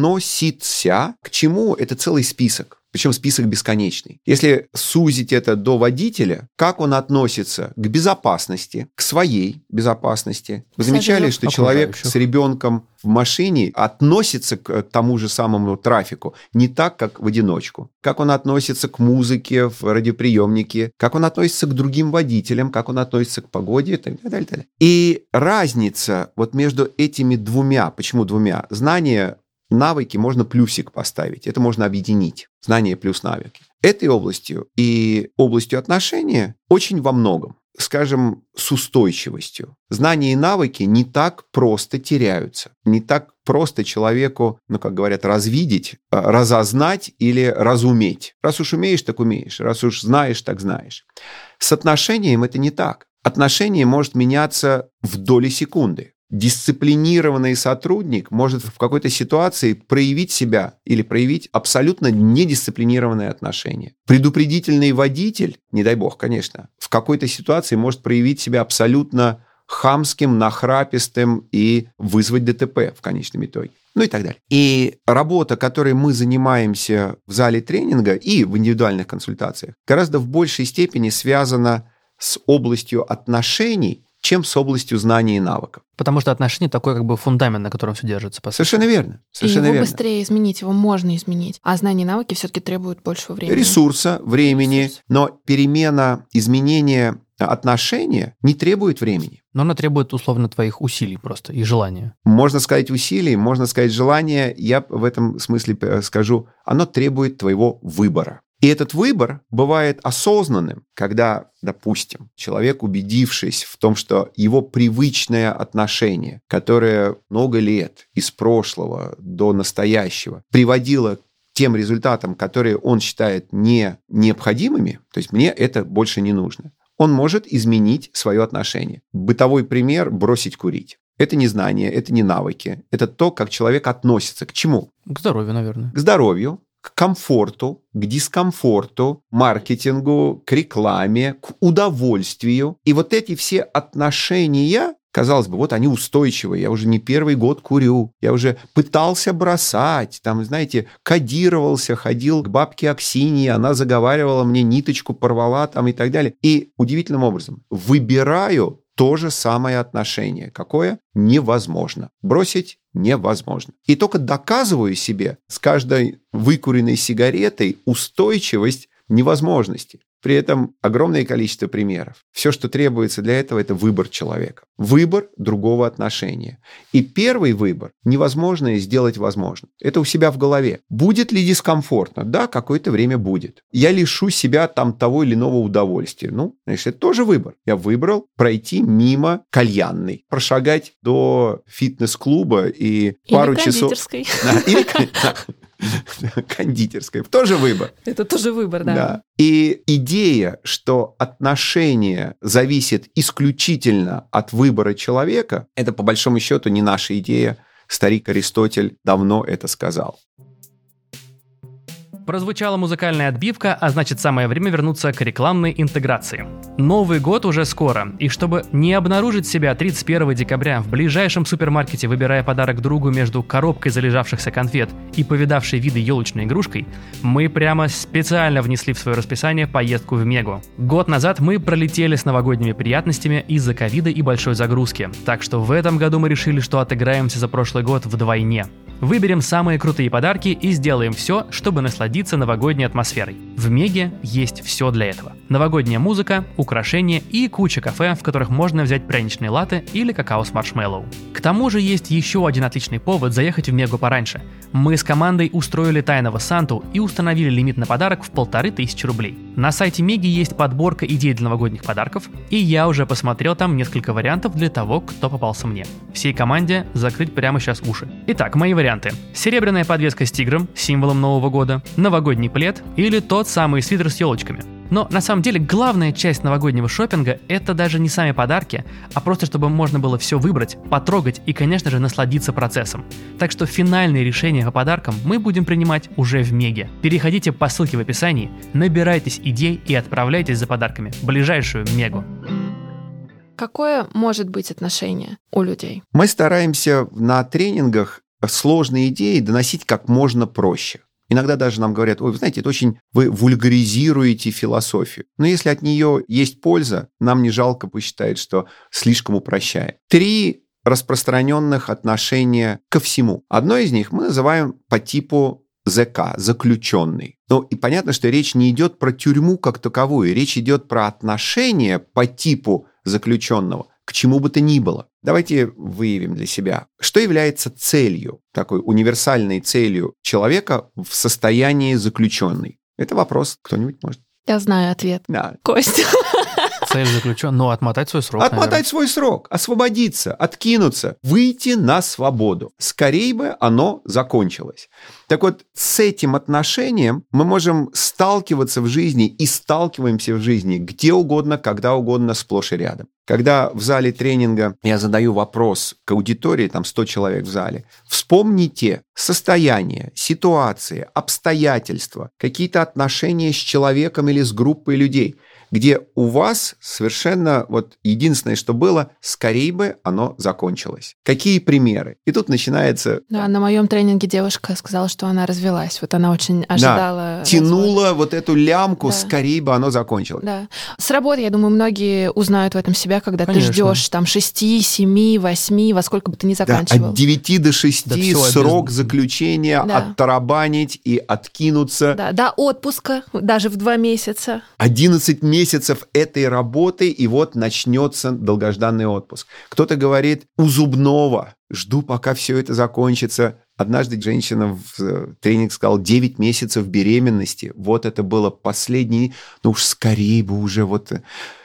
относится к чему. Это целый список. Причем список бесконечный. Если сузить это до водителя, как он относится к безопасности, к своей безопасности. Вы замечали, что человек с ребенком в машине относится к тому же самому трафику не так, как в одиночку. Как он относится к музыке в радиоприемнике, как он относится к другим водителям, как он относится к погоде и так далее. И, так далее. И разница вот между этими двумя, почему двумя, знания, навыки можно плюсик поставить, это можно объединить, знания плюс навыки. Этой областью и областью отношения очень во многом, скажем, с устойчивостью. Знания и навыки не так просто теряются, не так просто человеку, ну, как говорят, развидеть, разознать или разуметь. Раз уж умеешь, так умеешь, раз уж знаешь, так знаешь. С отношением это не так. Отношение может меняться в доли секунды. Дисциплинированный сотрудник может в какой-то ситуации проявить себя или проявить абсолютно недисциплинированное отношение. Предупредительный водитель, не дай бог, конечно, в какой-то ситуации может проявить себя абсолютно хамским, нахрапистым и вызвать ДТП в конечном итоге. Ну и так далее. И работа, которой мы занимаемся в зале тренинга и в индивидуальных консультациях, гораздо в большей степени связана с областью отношений, чем с областью знаний и навыков. Потому что отношения такой как бы фундамент, на котором все держится. По сути. Совершенно верно. Совершенно и его верно. быстрее изменить, его можно изменить. А знания и навыки все-таки требуют большего времени. Ресурса, времени. Ресурс. Но перемена, изменение отношения не требует времени. Но она требует, условно, твоих усилий просто и желания. Можно сказать усилий, можно сказать желания. Я в этом смысле скажу, оно требует твоего выбора. И этот выбор бывает осознанным, когда, допустим, человек, убедившись в том, что его привычное отношение, которое много лет из прошлого до настоящего приводило к тем результатам, которые он считает не необходимыми, то есть мне это больше не нужно, он может изменить свое отношение. Бытовой пример – бросить курить. Это не знания, это не навыки, это то, как человек относится к чему? К здоровью, наверное. К здоровью. К комфорту, к дискомфорту, маркетингу, к рекламе, к удовольствию. И вот эти все отношения, казалось бы, вот они устойчивые. Я уже не первый год курю. Я уже пытался бросать. Там, знаете, кодировался, ходил к бабке Аксиньи. Она заговаривала мне, ниточку порвала там и так далее. И удивительным образом выбираю то же самое отношение. Какое? Невозможно. Бросить невозможно. И только доказываю себе с каждой выкуренной сигаретой устойчивость невозможности. При этом огромное количество примеров. Все, что требуется для этого, это выбор человека. Выбор другого отношения. И первый выбор невозможно сделать возможным. Это у себя в голове. Будет ли дискомфортно? Да, какое-то время будет. Я лишу себя там того или иного удовольствия. Ну, значит, это тоже выбор. Я выбрал пройти мимо кальянной, прошагать до фитнес-клуба и пару часов... Кондитерской. Или кондитерской. Тоже выбор. Это тоже выбор, да. да. И идея, что отношение зависит исключительно от выбора человека, это по большому счету не наша идея. Старик Аристотель давно это сказал. Прозвучала музыкальная отбивка, а значит самое время вернуться к рекламной интеграции. Новый год уже скоро, и чтобы не обнаружить себя тридцать первого декабря в ближайшем супермаркете, выбирая подарок другу между коробкой залежавшихся конфет и повидавшей виды елочной игрушкой, мы прямо специально внесли в свое расписание поездку в Мегу. Год назад мы пролетели с новогодними приятностями из-за ковида и большой загрузки, так что в этом году мы решили, что отыграемся за прошлый год вдвойне. Выберем самые крутые подарки и сделаем все, чтобы насладиться новогодней атмосферой. В Меге есть все для этого. Новогодняя музыка, украшения и куча кафе, в которых можно взять пряничные латте или какао с маршмеллоу. К тому же есть еще один отличный повод заехать в Мегу пораньше. Мы с командой устроили тайного Санту и установили лимит на подарок в полторы тысячи рублей. На сайте Меги есть подборка идей для новогодних подарков, и я уже посмотрел там несколько вариантов для того, кто попался мне. Всей команде закрыть прямо сейчас уши. Итак, мои варианты. Серебряная подвеска с тигром, символом Нового года, новогодний плед или тот самый свитер с елочками. Но на самом деле главная часть новогоднего шопинга – это даже не сами подарки, а просто чтобы можно было все выбрать, потрогать и, конечно же, насладиться процессом. Так что финальные решения по подаркам мы будем принимать уже в Меге. Переходите по ссылке в описании, набирайтесь идей и отправляйтесь за подарками в ближайшую Мегу. Какое может быть отношение у людей? Мы стараемся на тренингах сложные идеи доносить как можно проще. Иногда даже нам говорят: ой, вы знаете, это очень вы вульгаризируете философию. Но если от нее есть польза, нам не жалко посчитать, что слишком упрощаем. Три распространенных отношения ко всему. Одно из них мы называем по типу ЗК, заключенный. Ну и понятно, что речь не идет про тюрьму как таковую, речь идет про отношения по типу заключенного к чему бы то ни было. Давайте выявим для себя, что является целью, такой универсальной целью человека в состоянии заключенный. Это вопрос, кто-нибудь может? Я знаю ответ. Да. Костя. Цель заключен, ну, отмотать свой срок. Отмотать наверное. свой срок, освободиться, откинуться, выйти на свободу. Скорее бы оно закончилось. Так вот, с этим отношением мы можем сталкиваться в жизни и сталкиваемся в жизни где угодно, когда угодно, сплошь и рядом. Когда в зале тренинга я задаю вопрос к аудитории, там сто человек в зале, вспомните состояние, ситуации, обстоятельства, какие-то отношения с человеком или с группой людей, где у вас совершенно вот единственное, что было, скорее бы оно закончилось. Какие примеры? И тут начинается... Да, на моем тренинге девушка сказала, что она развелась. Вот она очень ожидала... Да, тянула развода. Вот эту лямку, Да. скорее бы оно закончилось. Да. С работы, я думаю, многие узнают в этом себя, когда Конечно. ты ждешь там шести, семи, восьми, во сколько бы ты ни Да, заканчивал. от девяти до шести Да всё, срок без- заключения, Да. оттарабанить и откинуться. Да, до отпуска, даже в два месяца. одиннадцать месяцев этой работы, и вот начнется долгожданный отпуск. Кто-то говорит: у зубного, жду, пока все это закончится. Однажды женщина в тренинг сказала: девять месяцев беременности. Вот это было последнее. Ну уж скорее бы уже вот...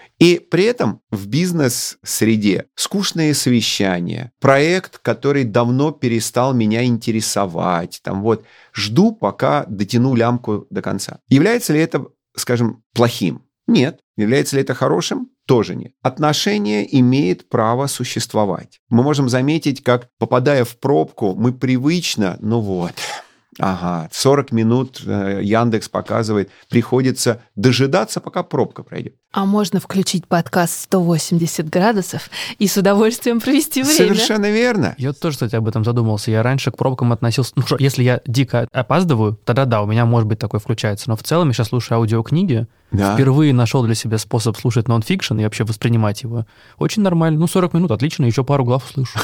И при этом в бизнес-среде скучное совещание, проект, который давно перестал меня интересовать, там вот, жду, пока дотяну лямку до конца. Является ли это, скажем, плохим? Нет. Является ли это хорошим? Тоже нет. Отношение имеет право существовать. Мы можем заметить, как, попадая в пробку, мы привычно, ну вот, Ага, сорок минут Яндекс показывает, приходится дожидаться, пока пробка пройдет. А можно включить подкаст сто восемьдесят градусов и с удовольствием провести время. Совершенно верно. Я тоже, кстати, об этом задумался. Я раньше к пробкам относился... Ну, что, если я дико опаздываю, тогда да, у меня, может быть, такое включается. Но в целом я сейчас слушаю аудиокниги. Да. Впервые нашел для себя способ слушать нон-фикшн и вообще воспринимать его. Очень нормально. Ну, сорок минут, отлично, еще пару глав услышу.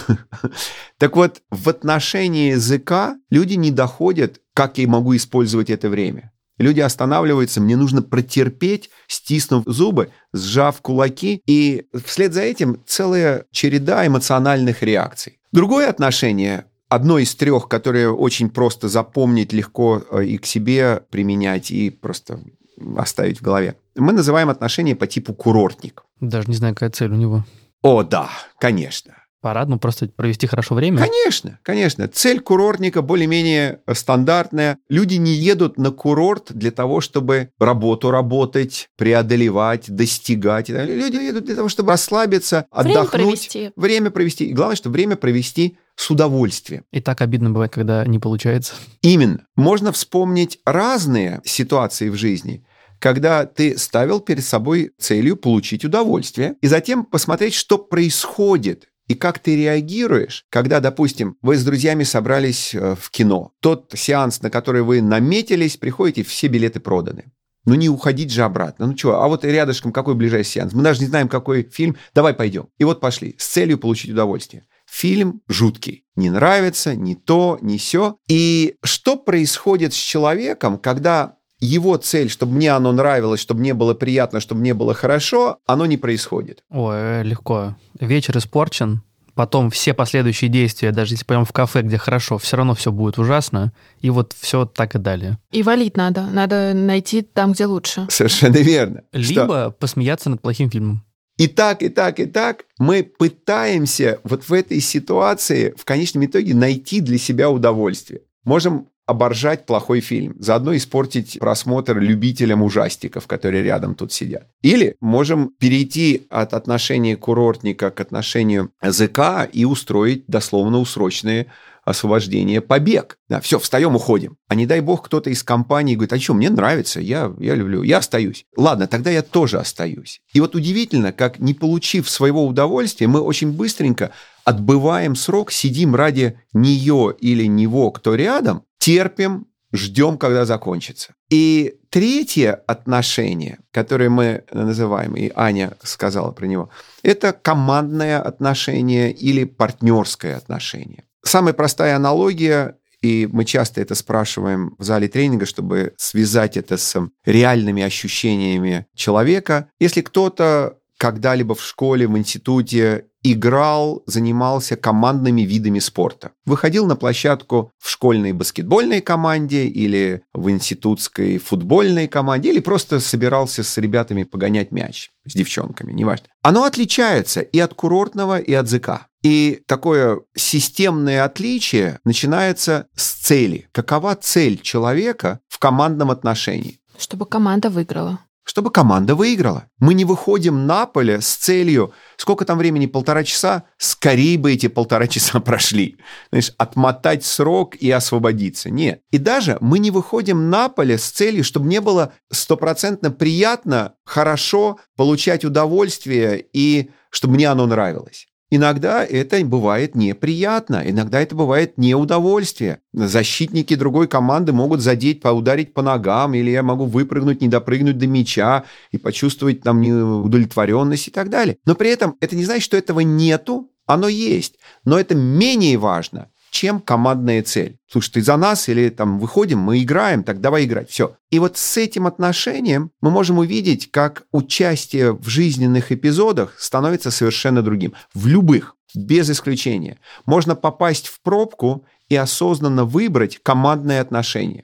Так вот, в отношении языка люди не доходят, как я могу использовать это время. Люди останавливаются, мне нужно протерпеть, стиснув зубы, сжав кулаки, и вслед за этим целая череда эмоциональных реакций. Другое отношение, одно из трех, которое очень просто запомнить, легко и к себе применять, и просто оставить в голове. Мы называем отношения по типу курортник. Даже не знаю, какая цель у него. О, да, конечно. Парадно, просто провести хорошо время? Конечно, конечно. Цель курортника более-менее стандартная. Люди не едут на курорт для того, чтобы работу работать, преодолевать, достигать. Люди едут для того, чтобы расслабиться, время отдохнуть. Провести. Время провести. И главное, что время провести с удовольствием. И так обидно бывает, когда не получается. Именно. Можно вспомнить разные ситуации в жизни, когда ты ставил перед собой целью получить удовольствие, и затем посмотреть, что происходит, и как ты реагируешь, когда, допустим, вы с друзьями собрались в кино. Тот сеанс, на который вы наметились, приходите, все билеты проданы. Ну не уходить же обратно. Ну что, а вот рядышком какой ближайший сеанс? Мы даже не знаем, какой фильм. Давай пойдем. И вот пошли с целью получить удовольствие. Фильм жуткий. Не нравится, ни то, ни сё. И что происходит с человеком, когда его цель, чтобы мне оно нравилось, чтобы мне было приятно, чтобы мне было хорошо, оно не происходит? Ой, легко. Вечер испорчен, потом все последующие действия, даже если пойдем в кафе, где хорошо, все равно все будет ужасно, и вот все так и далее. И валить надо. Надо найти там, где лучше. Совершенно верно. Либо Что? посмеяться над плохим фильмом. И так, и так, и так мы пытаемся вот в этой ситуации в конечном итоге найти для себя удовольствие. Можем оборжать плохой фильм, заодно испортить просмотр любителям ужастиков, которые рядом тут сидят. Или можем перейти от отношения курортника к отношению языка и устроить дословно усрочные освобождение, побег. Да, все, встаем, уходим. А не дай бог кто-то из компании говорит, а что, мне нравится, я, я люблю, я остаюсь. Ладно, тогда я тоже остаюсь. И вот удивительно, как не получив своего удовольствия, мы очень быстренько отбываем срок, сидим ради нее или него, кто рядом, терпим, ждем, когда закончится. И третье отношение, которое мы называем, и Аня сказала про него, это командное отношение или партнерское отношение. Самая простая аналогия, и мы часто это спрашиваем в зале тренинга, чтобы связать это с реальными ощущениями человека. Если кто-то когда-либо в школе, в институте играл, занимался командными видами спорта. Выходил на площадку в школьной баскетбольной команде или в институтской футбольной команде, или просто собирался с ребятами погонять мяч, с девчонками, неважно. Оно отличается и от курортного, и от ЗК. И такое системное отличие начинается с цели. Какова цель человека в командном отношении? Чтобы команда выиграла. Чтобы команда выиграла. Мы не выходим на поле с целью, сколько там времени, полтора часа, скорее бы эти полтора часа прошли. Знаешь, отмотать срок и освободиться. Нет. И даже мы не выходим на поле с целью, чтобы мне было стопроцентно приятно, хорошо получать удовольствие и чтобы мне оно нравилось. Иногда это бывает неприятно, иногда это бывает неудовольствие. Защитники другой команды могут задеть, поударить по ногам, или я могу выпрыгнуть, не допрыгнуть до мяча и почувствовать там неудовлетворенность и так далее. Но при этом это не значит, что этого нету, оно есть. Но это менее важно, чем командная цель. Слушай, ты за нас или там выходим, мы играем, так давай играть. Все. И вот с этим отношением мы можем увидеть, как участие в жизненных эпизодах становится совершенно другим. В любых, без исключения. Можно попасть в пробку и осознанно выбрать командные отношения.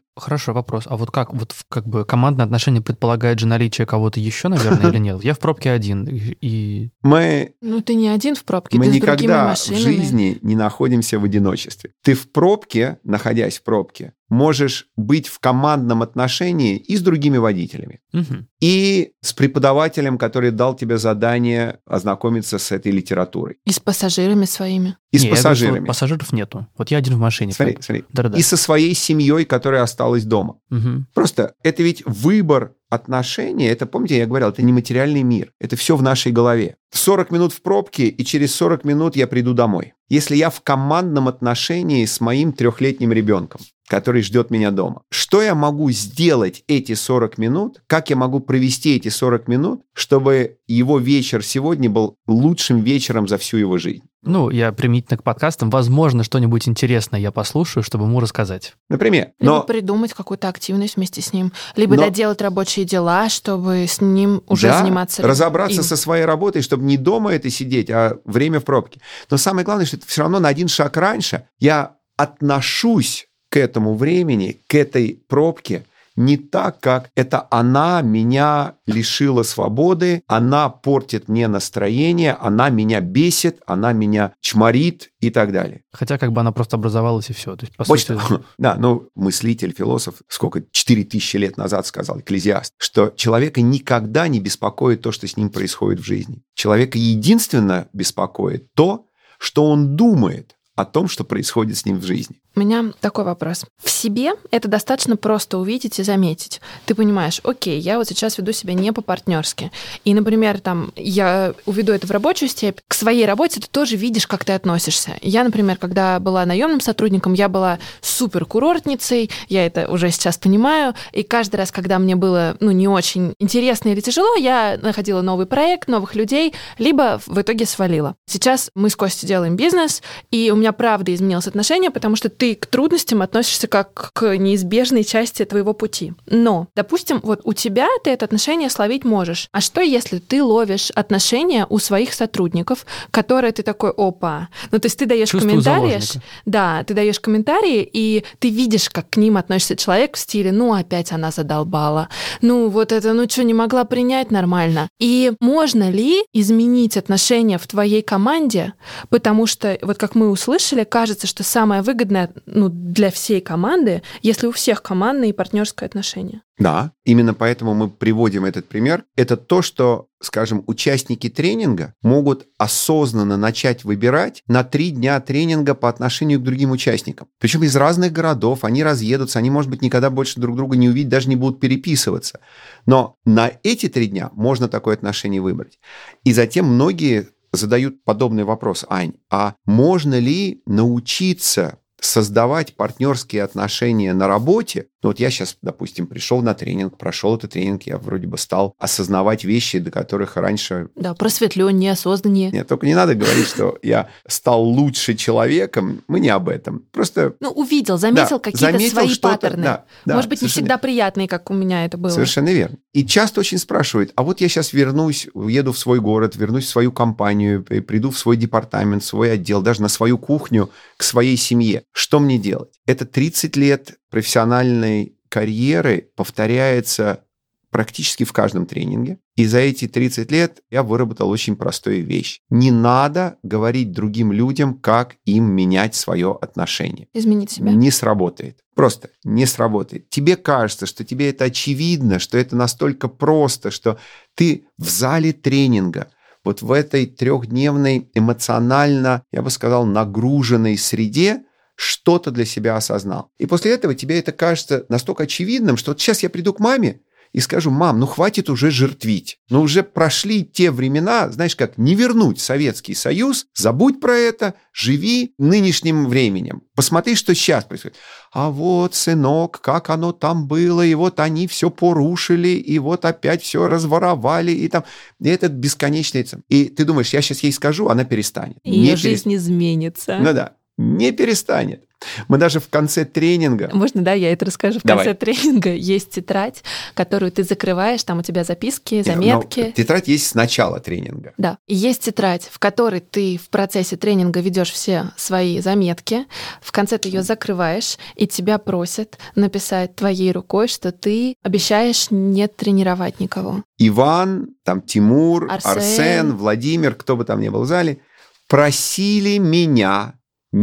Хорошо, вопрос. А вот как, вот как бы командные отношения предполагает же наличие кого-то еще, наверное, или нет? Я в пробке один, и... Мы... Ну, ты не один в пробке, Мы ты никогда с другими машинами. в жизни не находимся в одиночестве. Ты в пробке, находясь в пробке, можешь быть в командном отношении и с другими водителями, Угу. и с преподавателем, который дал тебе задание ознакомиться с этой литературой, И с пассажирами своими. и с Не, я говорю, что пассажирами. вот пассажиров нету. Вот я один в машине. Смотри, как- смотри. Да-да-да. И со своей семьей, которая осталась дома. Мгм. Просто это ведь выбор отношений, это, помните, я говорил, это не материальный мир, это все в нашей голове. сорок минут в пробке, и через сорок минут я приду домой. Если я в командном отношении с моим трехлетним ребенком, который ждет меня дома, что я могу сделать эти сорок минут, как я могу провести эти сорок минут, чтобы его вечер сегодня был лучшим вечером за всю его жизнь? Ну, я применительно к подкастам, возможно, что-нибудь интересное я послушаю, чтобы ему рассказать. Например, Либо но... придумать какую-то активность вместе с ним, либо Но- доделать рабочие дела, чтобы с ним уже Да, заниматься разобраться им. со своей работой, чтобы не дома это сидеть, а время в пробке. Но самое главное, что это все равно на один шаг раньше я отношусь к этому времени, к этой пробке не так, как это она меня лишила свободы, она портит мне настроение, она меня бесит, она меня чморит и так далее. Хотя как бы она просто образовалась и все. То есть, по Вот сути... что- да, ну, мыслитель, философ, сколько, четыре тысячи лет назад сказал, Экклезиаст, что человека никогда не беспокоит то, что с ним происходит в жизни. Человека единственно беспокоит то, что он думает о том, что происходит с ним в жизни. У меня такой вопрос. В себе это достаточно просто увидеть и заметить. Ты понимаешь, окей, я вот сейчас веду себя не по-партнерски. И, например, там, я уведу это в рабочую степь. К своей работе ты тоже видишь, как ты относишься. Я, например, когда была наемным сотрудником, я была супер курортницей, я это уже сейчас понимаю. И каждый раз, когда мне было, ну, не очень интересно или тяжело, я находила новый проект, новых людей, либо в итоге свалила. Сейчас мы с Костей делаем бизнес, и у меня правда изменилось отношение, потому что ты к трудностям относишься как к неизбежной части твоего пути. Но, допустим, вот у тебя ты это отношение словить можешь. А что, если ты ловишь отношения у своих сотрудников, которые ты такой, опа. Ну, то есть ты даешь Чувствую комментарии. заложника. Да, ты даешь комментарии, и ты видишь, как к ним относится человек в стиле, ну, опять она задолбала. Ну, вот это, ну, что, не могла принять нормально. И можно ли изменить отношения в твоей команде, потому что, вот как мы услышали, кажется, что самое выгодное, ну, для всей команды, если у всех командное и партнерское отношение. Да, именно поэтому мы приводим этот пример. Это то, что, скажем, участники тренинга могут осознанно начать выбирать на три дня тренинга по отношению к другим участникам. Причем из разных городов, они разъедутся, они, может быть, никогда больше друг друга не увидят, даже не будут переписываться. Но на эти три дня можно такое отношение выбрать. И затем многие задают подобный вопрос: Ань, а можно ли научиться создавать партнерские отношения на работе? Ну вот я сейчас, допустим, пришел на тренинг, прошел этот тренинг, я вроде бы стал осознавать вещи, до которых раньше... Да, просветленнее, осознаннее. Нет, только не надо говорить, что я стал лучше человеком. Мы не об этом. Просто... Ну, увидел, заметил Да, какие-то заметил свои что-то, паттерны. да, да, Может быть, не совершенно- всегда приятные, как у меня это было. Совершенно верно. И часто очень спрашивают, а вот я сейчас вернусь, уеду в свой город, вернусь в свою компанию, при- приду в свой департамент, в свой отдел, даже на свою кухню, к своей семье. Что мне делать? Это тридцать лет профессиональной карьеры повторяется практически в каждом тренинге. И за эти тридцать лет я выработал очень простую вещь. Не надо говорить другим людям, как им менять свое отношение. Изменить себя. Не сработает. Просто не сработает. Тебе кажется, что тебе это очевидно, что это настолько просто, что ты в зале тренинга, вот в этой трехдневной эмоционально, я бы сказал, нагруженной среде что-то для себя осознал. И после этого тебе это кажется настолько очевидным, что вот сейчас я приду к маме и скажу: мам, ну хватит уже жертвить. Ну уже прошли те времена, знаешь как, не вернуть Советский Союз, забудь про это, живи нынешним временем. Посмотри, что сейчас происходит. А вот, сынок, как оно там было, и вот они все порушили, и вот опять все разворовали, и там... И этот бесконечный... И ты думаешь, я сейчас ей скажу, она перестанет. Ее Не жизнь изменится. Ну да, не перестанет. Мы даже в конце тренинга... Можно, да, я это расскажу. В Давай. конце тренинга есть тетрадь, которую ты закрываешь, там у тебя записки, заметки. Но тетрадь есть с начала тренинга. Да. И есть тетрадь, в которой ты в процессе тренинга ведешь все свои заметки. В конце ты ее закрываешь, и тебя просят написать твоей рукой, что ты обещаешь не тренировать никого. Иван, там Тимур, Арсен. Арсен, Владимир, кто бы там ни был в зале, просили меня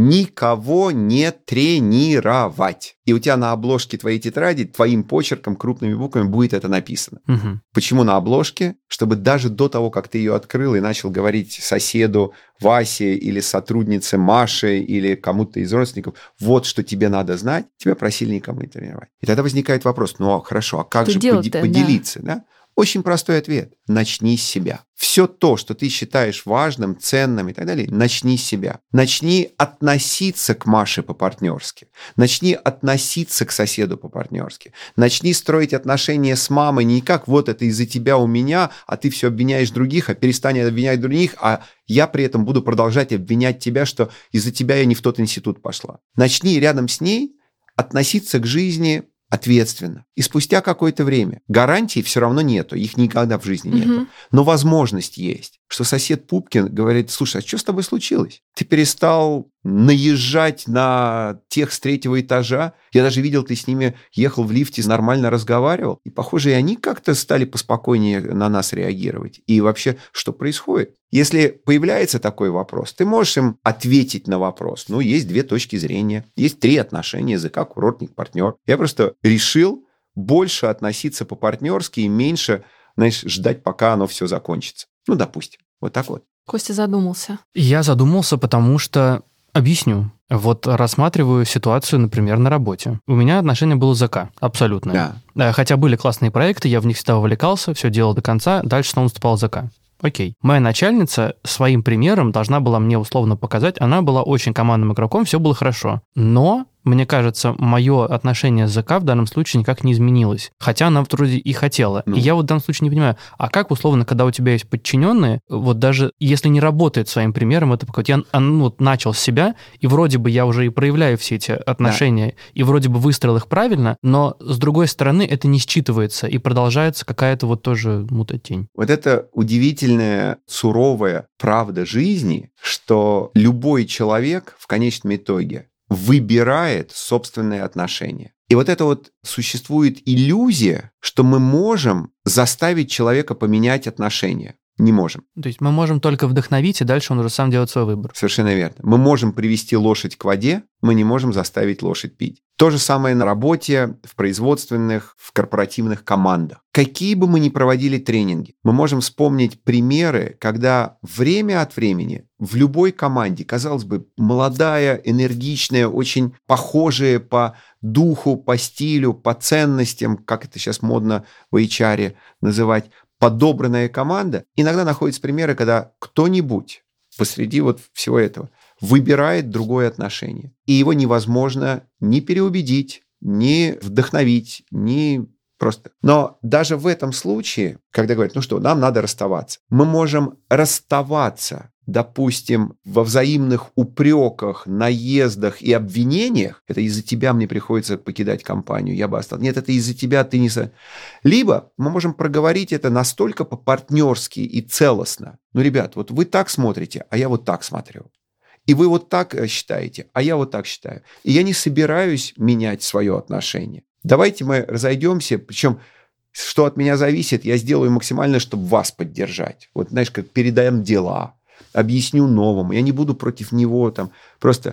никого не тренировать. И у тебя на обложке твоей тетради твоим почерком, крупными буквами будет это написано. Угу. Почему на обложке? Чтобы даже до того, как ты ее открыл и начал говорить соседу Васе или сотруднице Маше или кому-то из родственников, вот что тебе надо знать, тебя просили никому не тренировать. И тогда возникает вопрос, ну а хорошо, а как Ты же делал-то, поделиться? Да? Очень простой ответ. Начни с себя. Все то, что ты считаешь важным, ценным и так далее, начни с себя. Начни относиться к Маше по-партнерски. Начни относиться к соседу по-партнерски. Начни строить отношения с мамой не как вот это из-за тебя у меня, а ты все обвиняешь других, а перестань обвинять других, а я при этом буду продолжать обвинять тебя, что из-за тебя я не в тот институт пошла. Начни рядом с ней относиться к жизни ответственно. И спустя какое-то время гарантий все равно нету, их никогда в жизни нету. Мгм. Но возможность есть, что сосед Пупкин говорит, слушай, а что с тобой случилось? Ты перестал наезжать на тех с третьего этажа? Я даже видел, ты с ними ехал в лифте, нормально разговаривал. И, похоже, и они как-то стали поспокойнее на нас реагировать. И вообще, что происходит? Если появляется такой вопрос, ты можешь им ответить на вопрос. Ну, есть две точки зрения, есть три отношения: языка, курортник, партнер. Я просто решил больше относиться по-партнерски и меньше, знаешь, ждать, пока оно все закончится. Ну, допустим. Вот так вот. Костя задумался. Я задумался, потому что... Объясню. Вот рассматриваю ситуацию, например, на работе. У меня отношение было ЗК, абсолютно. Да. Хотя были классные проекты, я в них всегда вовлекался, все делал до конца, дальше снова наступал ЗК. Окей. Моя начальница своим примером должна была мне условно показать, она была очень командным игроком, все было хорошо. Но, мне кажется, мое отношение с ЗК в данном случае никак не изменилось. Хотя она вроде и хотела. Ну. И я вот в данном случае не понимаю, а как условно, когда у тебя есть подчиненные, вот даже если не работает своим примером, это вот я ну, вот начал с себя, и вроде бы я уже и проявляю все эти отношения, да. И вроде бы выстроил их правильно, но с другой стороны это не считывается, и продолжается какая-то вот тоже мутатень. Вот это удивительная, суровая правда жизни, что любой человек в конечном итоге выбирает собственные отношения. И вот это вот существует иллюзия, что мы можем заставить человека поменять отношения. Не можем. То есть мы можем только вдохновить, и дальше он уже сам делает свой выбор. Совершенно верно. Мы можем привести лошадь к воде, мы не можем заставить лошадь пить. То же самое на работе, в производственных, в корпоративных командах. Какие бы мы ни проводили тренинги, мы можем вспомнить примеры, когда время от времени в любой команде, казалось бы, молодая, энергичная, очень похожая по духу, по стилю, по ценностям, как это сейчас модно в эйч ар называть, подобранная команда, иногда находятся примеры, когда кто-нибудь посреди вот всего этого выбирает другое отношение. И его невозможно ни переубедить, ни вдохновить, ни просто. Но даже в этом случае, когда говорят, ну что, нам надо расставаться, мы можем расставаться, допустим, во взаимных упреках, наездах и обвинениях. Это из-за тебя мне приходится покидать компанию, я бы остался. Нет, это из-за тебя ты не... Либо мы можем проговорить это настолько по-партнерски и целостно. Ну, ребят, вот вы так смотрите, а я вот так смотрю. И вы вот так считаете, а я вот так считаю. И я не собираюсь менять свое отношение. Давайте мы разойдемся, причем, что от меня зависит, я сделаю максимально, чтобы вас поддержать. Вот, знаешь, как передаем дела, объясню новому, я не буду против него там. Просто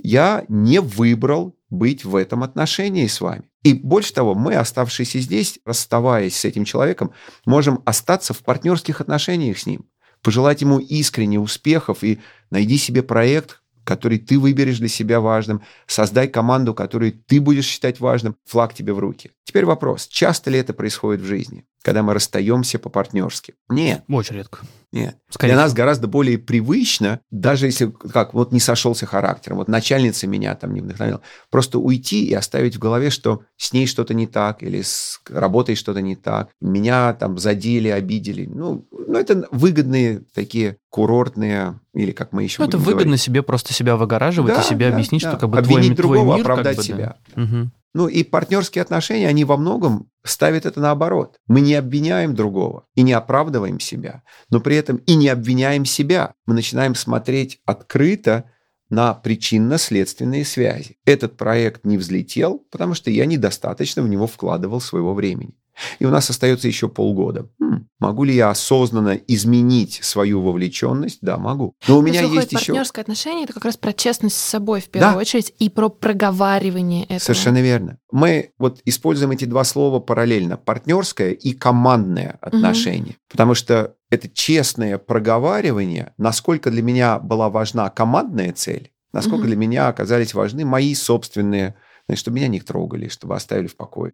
я не выбрал быть в этом отношении с вами. И больше того, мы, оставшиеся здесь, расставаясь с этим человеком, можем остаться в партнерских отношениях с ним. Пожелать ему искренне успехов и найди себе проект, который ты выберешь для себя важным, создай команду, которую ты будешь считать важным, флаг тебе в руки. Теперь вопрос, часто ли это происходит в жизни? когда мы расстаемся по-партнерски. Нет. Очень редко. Нет. Скорее Для нас гораздо более привычно, даже если как вот не сошелся характером, вот начальница меня там не вдохновила, просто уйти и оставить в голове, что с ней что-то не так, или с работой что-то не так, меня там задели, обидели. Ну, ну это выгодные такие курортные, или как мы еще ну, это будем выгодно говорить. себе просто себя выгораживать Да, и себе да, объяснить, да. что как бы Обвинить твой, другого, твой мир, оправдать как бы, себя. Да. Угу. Ну и партнерские отношения, они во многом ставят это наоборот. Мы не обвиняем другого и не оправдываем себя, но при этом и не обвиняем себя. Мы начинаем смотреть открыто на причинно-следственные связи. Этот проект не взлетел, потому что я недостаточно в него вкладывал своего времени. И у нас остается еще полгода. Хм, могу ли я осознанно изменить свою вовлеченность? Да, могу. Но у меня есть есть еще... партнерское отношение, это как раз про честность с собой в первую да. очередь и про проговаривание этого. Совершенно верно. Мы вот используем эти два слова параллельно. Партнерское и командное отношение. Угу. Потому что это честное проговаривание, насколько для меня была важна командная цель, насколько угу. для меня оказались важны мои собственные, чтобы меня не трогали, чтобы оставили в покое.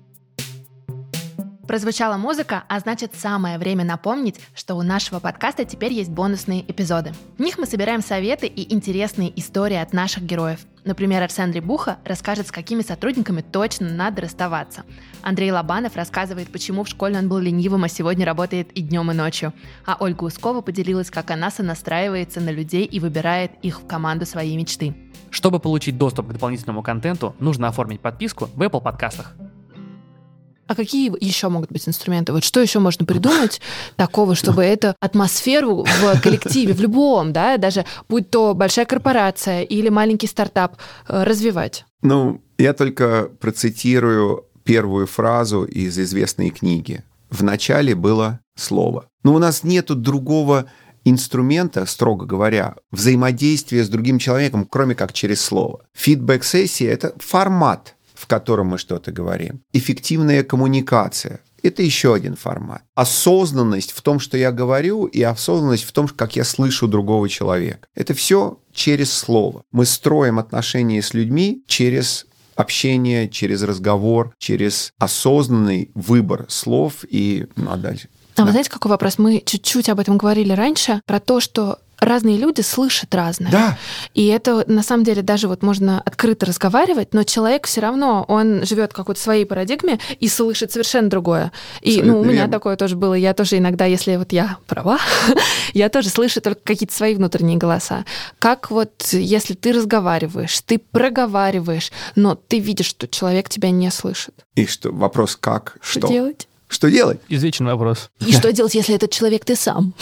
Прозвучала музыка, а значит, самое время напомнить, что у нашего подкаста теперь есть бонусные эпизоды. В них мы собираем советы и интересные истории от наших героев. Например, Арсен Рябуха расскажет, с какими сотрудниками точно надо расставаться. Андрей Лобанов рассказывает, почему в школе он был ленивым, а сегодня работает и днем, и ночью. А Ольга Ускова поделилась, как она сонастраивается на людей и выбирает их в команду своей мечты. Чтобы получить доступ к дополнительному контенту, нужно оформить подписку в Apple подкастах. А какие еще могут быть инструменты? Вот что еще можно придумать такого, чтобы эту атмосферу в коллективе, в любом, да, даже будь то большая корпорация или маленький стартап, развивать? Ну, я только процитирую первую фразу из известной книги. В начале было слово. Но у нас нету другого инструмента, строго говоря, взаимодействия с другим человеком, кроме как через слово. Фидбэк-сессия – это формат, в котором мы что-то говорим. Эффективная коммуникация – это еще один формат. Осознанность в том, что я говорю, и осознанность в том, как я слышу другого человека. Это все через слово. Мы строим отношения с людьми через общение, через разговор, через осознанный выбор слов и ну, а дальше. А да. Вы знаете, какой вопрос? Мы чуть-чуть об этом говорили раньше, про то, что разные люди слышат разное. Да. И это, на самом деле, даже вот можно открыто разговаривать, но человек все равно, он живет в какой-то своей парадигме и слышит совершенно другое. И абсолютно ну, у меня верно. Такое тоже было. Я тоже иногда, если вот я права, я тоже слышу только какие-то свои внутренние голоса. Как вот, если ты разговариваешь, ты проговариваешь, но ты видишь, что человек тебя не слышит. И что? Вопрос как? Что, что? делать? Что делать? Извечный вопрос. И что делать, если этот человек ты сам?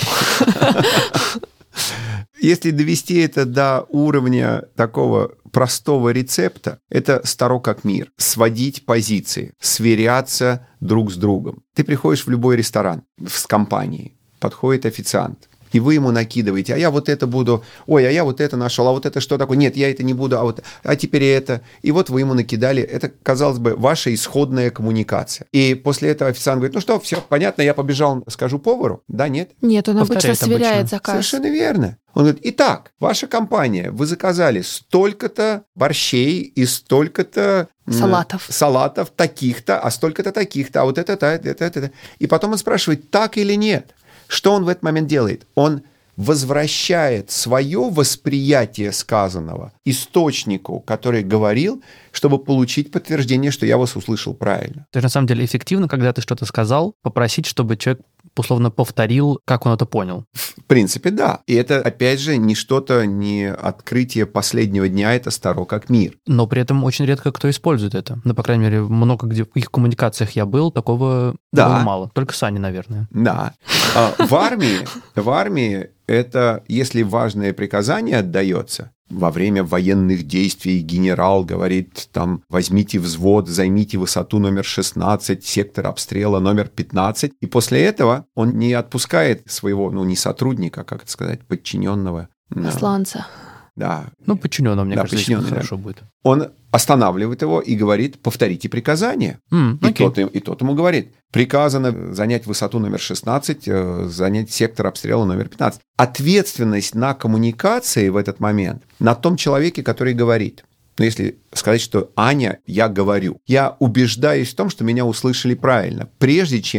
Если довести это до уровня такого простого рецепта, это старо как мир. Сводить позиции, сверяться друг с другом. Ты приходишь в любой ресторан с компанией, подходит официант, и вы ему накидываете, а я вот это буду, ой, а я вот это нашел, а вот это что такое? Нет, я это не буду, а вот, а теперь это. И вот вы ему накидали, это, казалось бы, ваша исходная коммуникация. И после этого официант говорит, ну что, все, понятно, я побежал, скажу повару, да, нет? Нет, он Повторяет обычно сверяет обычно. заказ. Совершенно верно. Он говорит, итак, ваша компания, вы заказали столько-то борщей и столько-то салатов, салатов таких-то, а столько-то таких-то, а вот это, это, это, это. И потом он спрашивает, так или нет? Что он в этот момент делает? Он возвращает свое восприятие сказанного источнику, который говорил, чтобы получить подтверждение, что я вас услышал правильно. То есть, на самом деле, эффективно, когда ты что-то сказал, попросить, чтобы человек условно повторил, как он это понял. В принципе, да. И это, опять же, не что-то, не открытие последнего дня, это старо как мир. Но при этом очень редко кто использует это. Ну, по крайней мере, много где в их коммуникациях я был, такого да. было мало. Только Саня, наверное. Да. В армии, в армии это, если важное приказание отдается, во время военных действий генерал говорит, там, возьмите взвод, займите высоту номер шестнадцать, сектор обстрела номер пятнадцать. И после этого он не отпускает своего, ну, не сотрудника, как это сказать, подчиненного. Посланца. Да. Ну, подчиненного, мне да, кажется, здесь хорошо да. будет. Он останавливает его и говорит, повторите приказание. Mm, и, тот, и тот ему говорит, приказано занять высоту номер шестнадцать, занять сектор обстрела номер пятнадцать. Ответственность на коммуникации в этот момент на том человеке, который говорит. Но если сказать, что Аня, я говорю, я убеждаюсь в том, что меня услышали правильно, прежде чем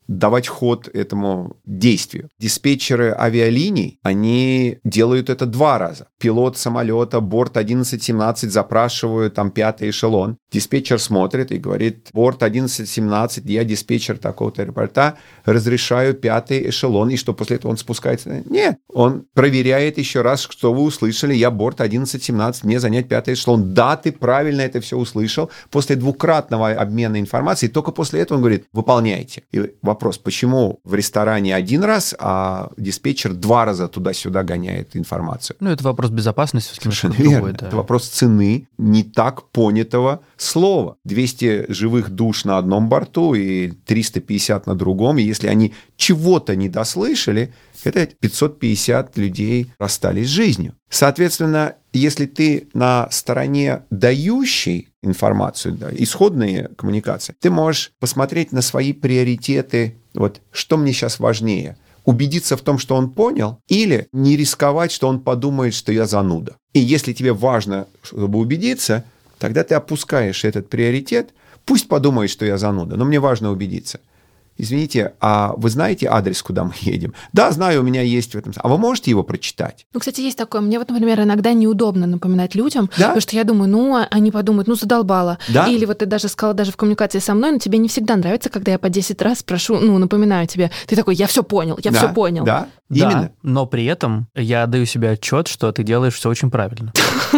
давать ход этому действию. Диспетчеры авиалиний, они делают это два раза. Пилот самолета, борт одиннадцать семнадцать запрашивают там пятый эшелон. Диспетчер смотрит и говорит: борт одиннадцать семнадцать, я диспетчер такого-то аэропорта, разрешаю пятый эшелон. И что, после этого он спускается? Нет, он проверяет еще раз, что вы услышали. Я борт одиннадцать семнадцать, мне занять пятый эшелон. Да, ты правильно это все услышал. После двукратного обмена информацией, только после этого он говорит: выполняйте. И вопрос, почему в ресторане один раз, а диспетчер два раза туда-сюда гоняет информацию? Ну, это вопрос безопасности. Совершенно верно. Другое, да. Это вопрос цены не так понятого слова. двести живых душ на одном борту и триста пятьдесят на другом. И если они чего-то не дослышали, это пятьсот пятьдесят людей расстались с жизнью. Соответственно, если ты на стороне дающей информацию, да, исходные коммуникации, ты можешь посмотреть на свои приоритеты, вот что мне сейчас важнее. Убедиться в том, что он понял, или не рисковать, что он подумает, что я зануда. И если тебе важно, чтобы убедиться, тогда ты опускаешь этот приоритет. Пусть подумает, что я зануда, но мне важно убедиться. Извините, а вы знаете адрес, куда мы едем? Да, знаю, у меня есть в этом. А вы можете его прочитать? Ну, кстати, есть такое. Мне вот, например, иногда неудобно напоминать людям, да? Потому что я думаю, ну, они подумают, ну, задолбала. Да? Или вот ты даже сказала, даже в коммуникации со мной, но тебе не всегда нравится, когда я по десять раз прошу, ну, напоминаю тебе. Ты такой: я все понял, я да, все понял. Да, да, именно. Но при этом я отдаю себе отчет, что ты делаешь все очень правильно.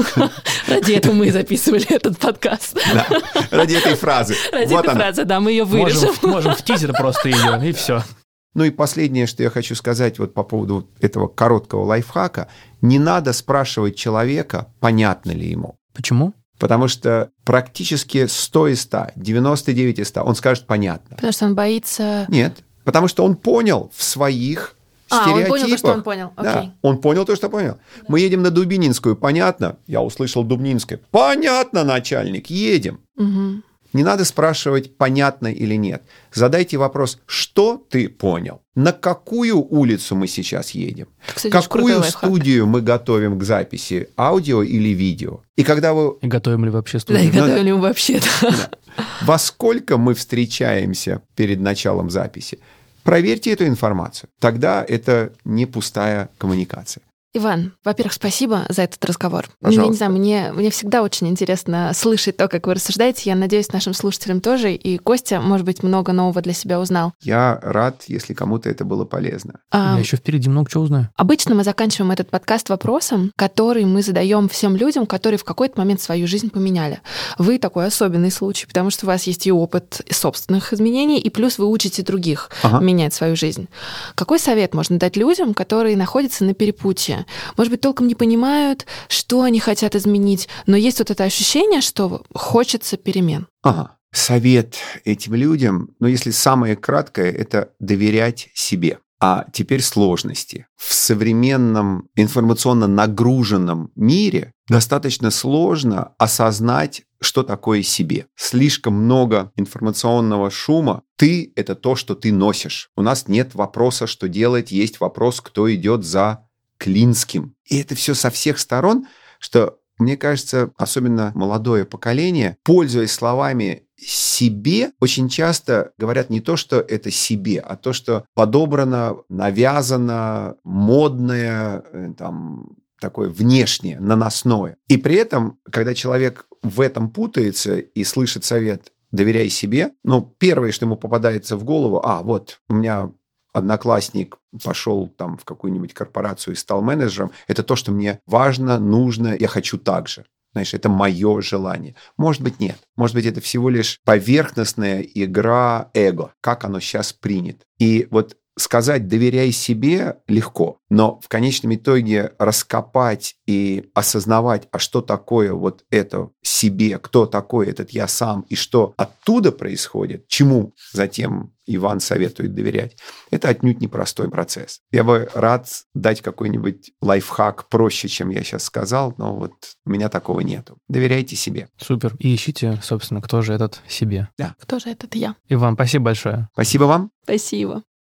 Ради этого мы и записывали этот подкаст. Ради этой фразы. Ради этой фразы, да, мы ее вырежем. Можем в тизер просто ее, и все. Ну и последнее, что я хочу сказать вот по поводу этого короткого лайфхака. Не надо спрашивать человека, понятно ли ему. Почему? Потому что практически сто из ста, девяносто девять из ста, он скажет понятно. Потому что он боится... Нет, потому что он понял в своих а, стереотипах. А, он понял то, что он понял. Да, окей. Он понял то, что понял. Да. Мы едем на Дубининскую, понятно? Я услышал Дубнинская. Понятно, начальник, едем. Угу. Не надо спрашивать, понятно или нет. Задайте вопрос: что ты понял? На какую улицу мы сейчас едем? Кстати, какую студию мы готовим к записи, аудио или видео? И когда вы... И готовим ли вообще студию? Да, и готовим ли мы вообще, да. да. Во сколько мы встречаемся перед началом записи? Проверьте эту информацию. Тогда это не пустая коммуникация. Иван, во-первых, спасибо за этот разговор. Пожалуйста. Я не знаю, мне, мне всегда очень интересно слышать то, как вы рассуждаете. Я надеюсь, нашим слушателям тоже. И Костя, может быть, много нового для себя узнал. Я рад, если кому-то это было полезно. А, Я еще впереди много чего узнаю. Обычно мы заканчиваем этот подкаст вопросом, который мы задаем всем людям, которые в какой-то момент свою жизнь поменяли. Вы такой особенный случай, потому что у вас есть и опыт собственных изменений, и плюс вы учите других ага. менять свою жизнь. Какой совет можно дать людям, которые находятся на перепутье? Может быть, толком не понимают, что они хотят изменить, но есть вот это ощущение, что хочется перемен. Ага. Совет этим людям, ну, если самое краткое, это доверять себе. А теперь сложности. В современном информационно нагруженном мире достаточно сложно осознать, что такое себе. Слишком много информационного шума. Ты — это то, что ты носишь. У нас нет вопроса, что делать, есть вопрос, кто идет за Клинским. И это все со всех сторон, что, мне кажется, особенно молодое поколение, пользуясь словами «себе», очень часто говорят не то, что это себе, а то, что подобрано, навязано, модное, там, такое внешнее, наносное. И при этом, когда человек в этом путается и слышит совет «доверяй себе», ну, первое, что ему попадается в голову: а, вот, у меня одноклассник пошел там в какую-нибудь корпорацию и стал менеджером, это то, что мне важно, нужно, я хочу так же. Знаешь, это мое желание. Может быть, нет. Может быть, это всего лишь поверхностная игра эго, как оно сейчас принято. И вот сказать «доверяй себе» легко, но в конечном итоге раскопать и осознавать, а что такое вот это себе, кто такой этот я сам, и что оттуда происходит, чему затем Иван советует доверять, это отнюдь непростой процесс. Я бы рад дать какой-нибудь лайфхак проще, чем я сейчас сказал, но вот у меня такого нету. Доверяйте себе. Супер. И ищите, собственно, кто же этот себе. Да. Кто же этот я? Иван, спасибо большое. Спасибо вам. Спасибо.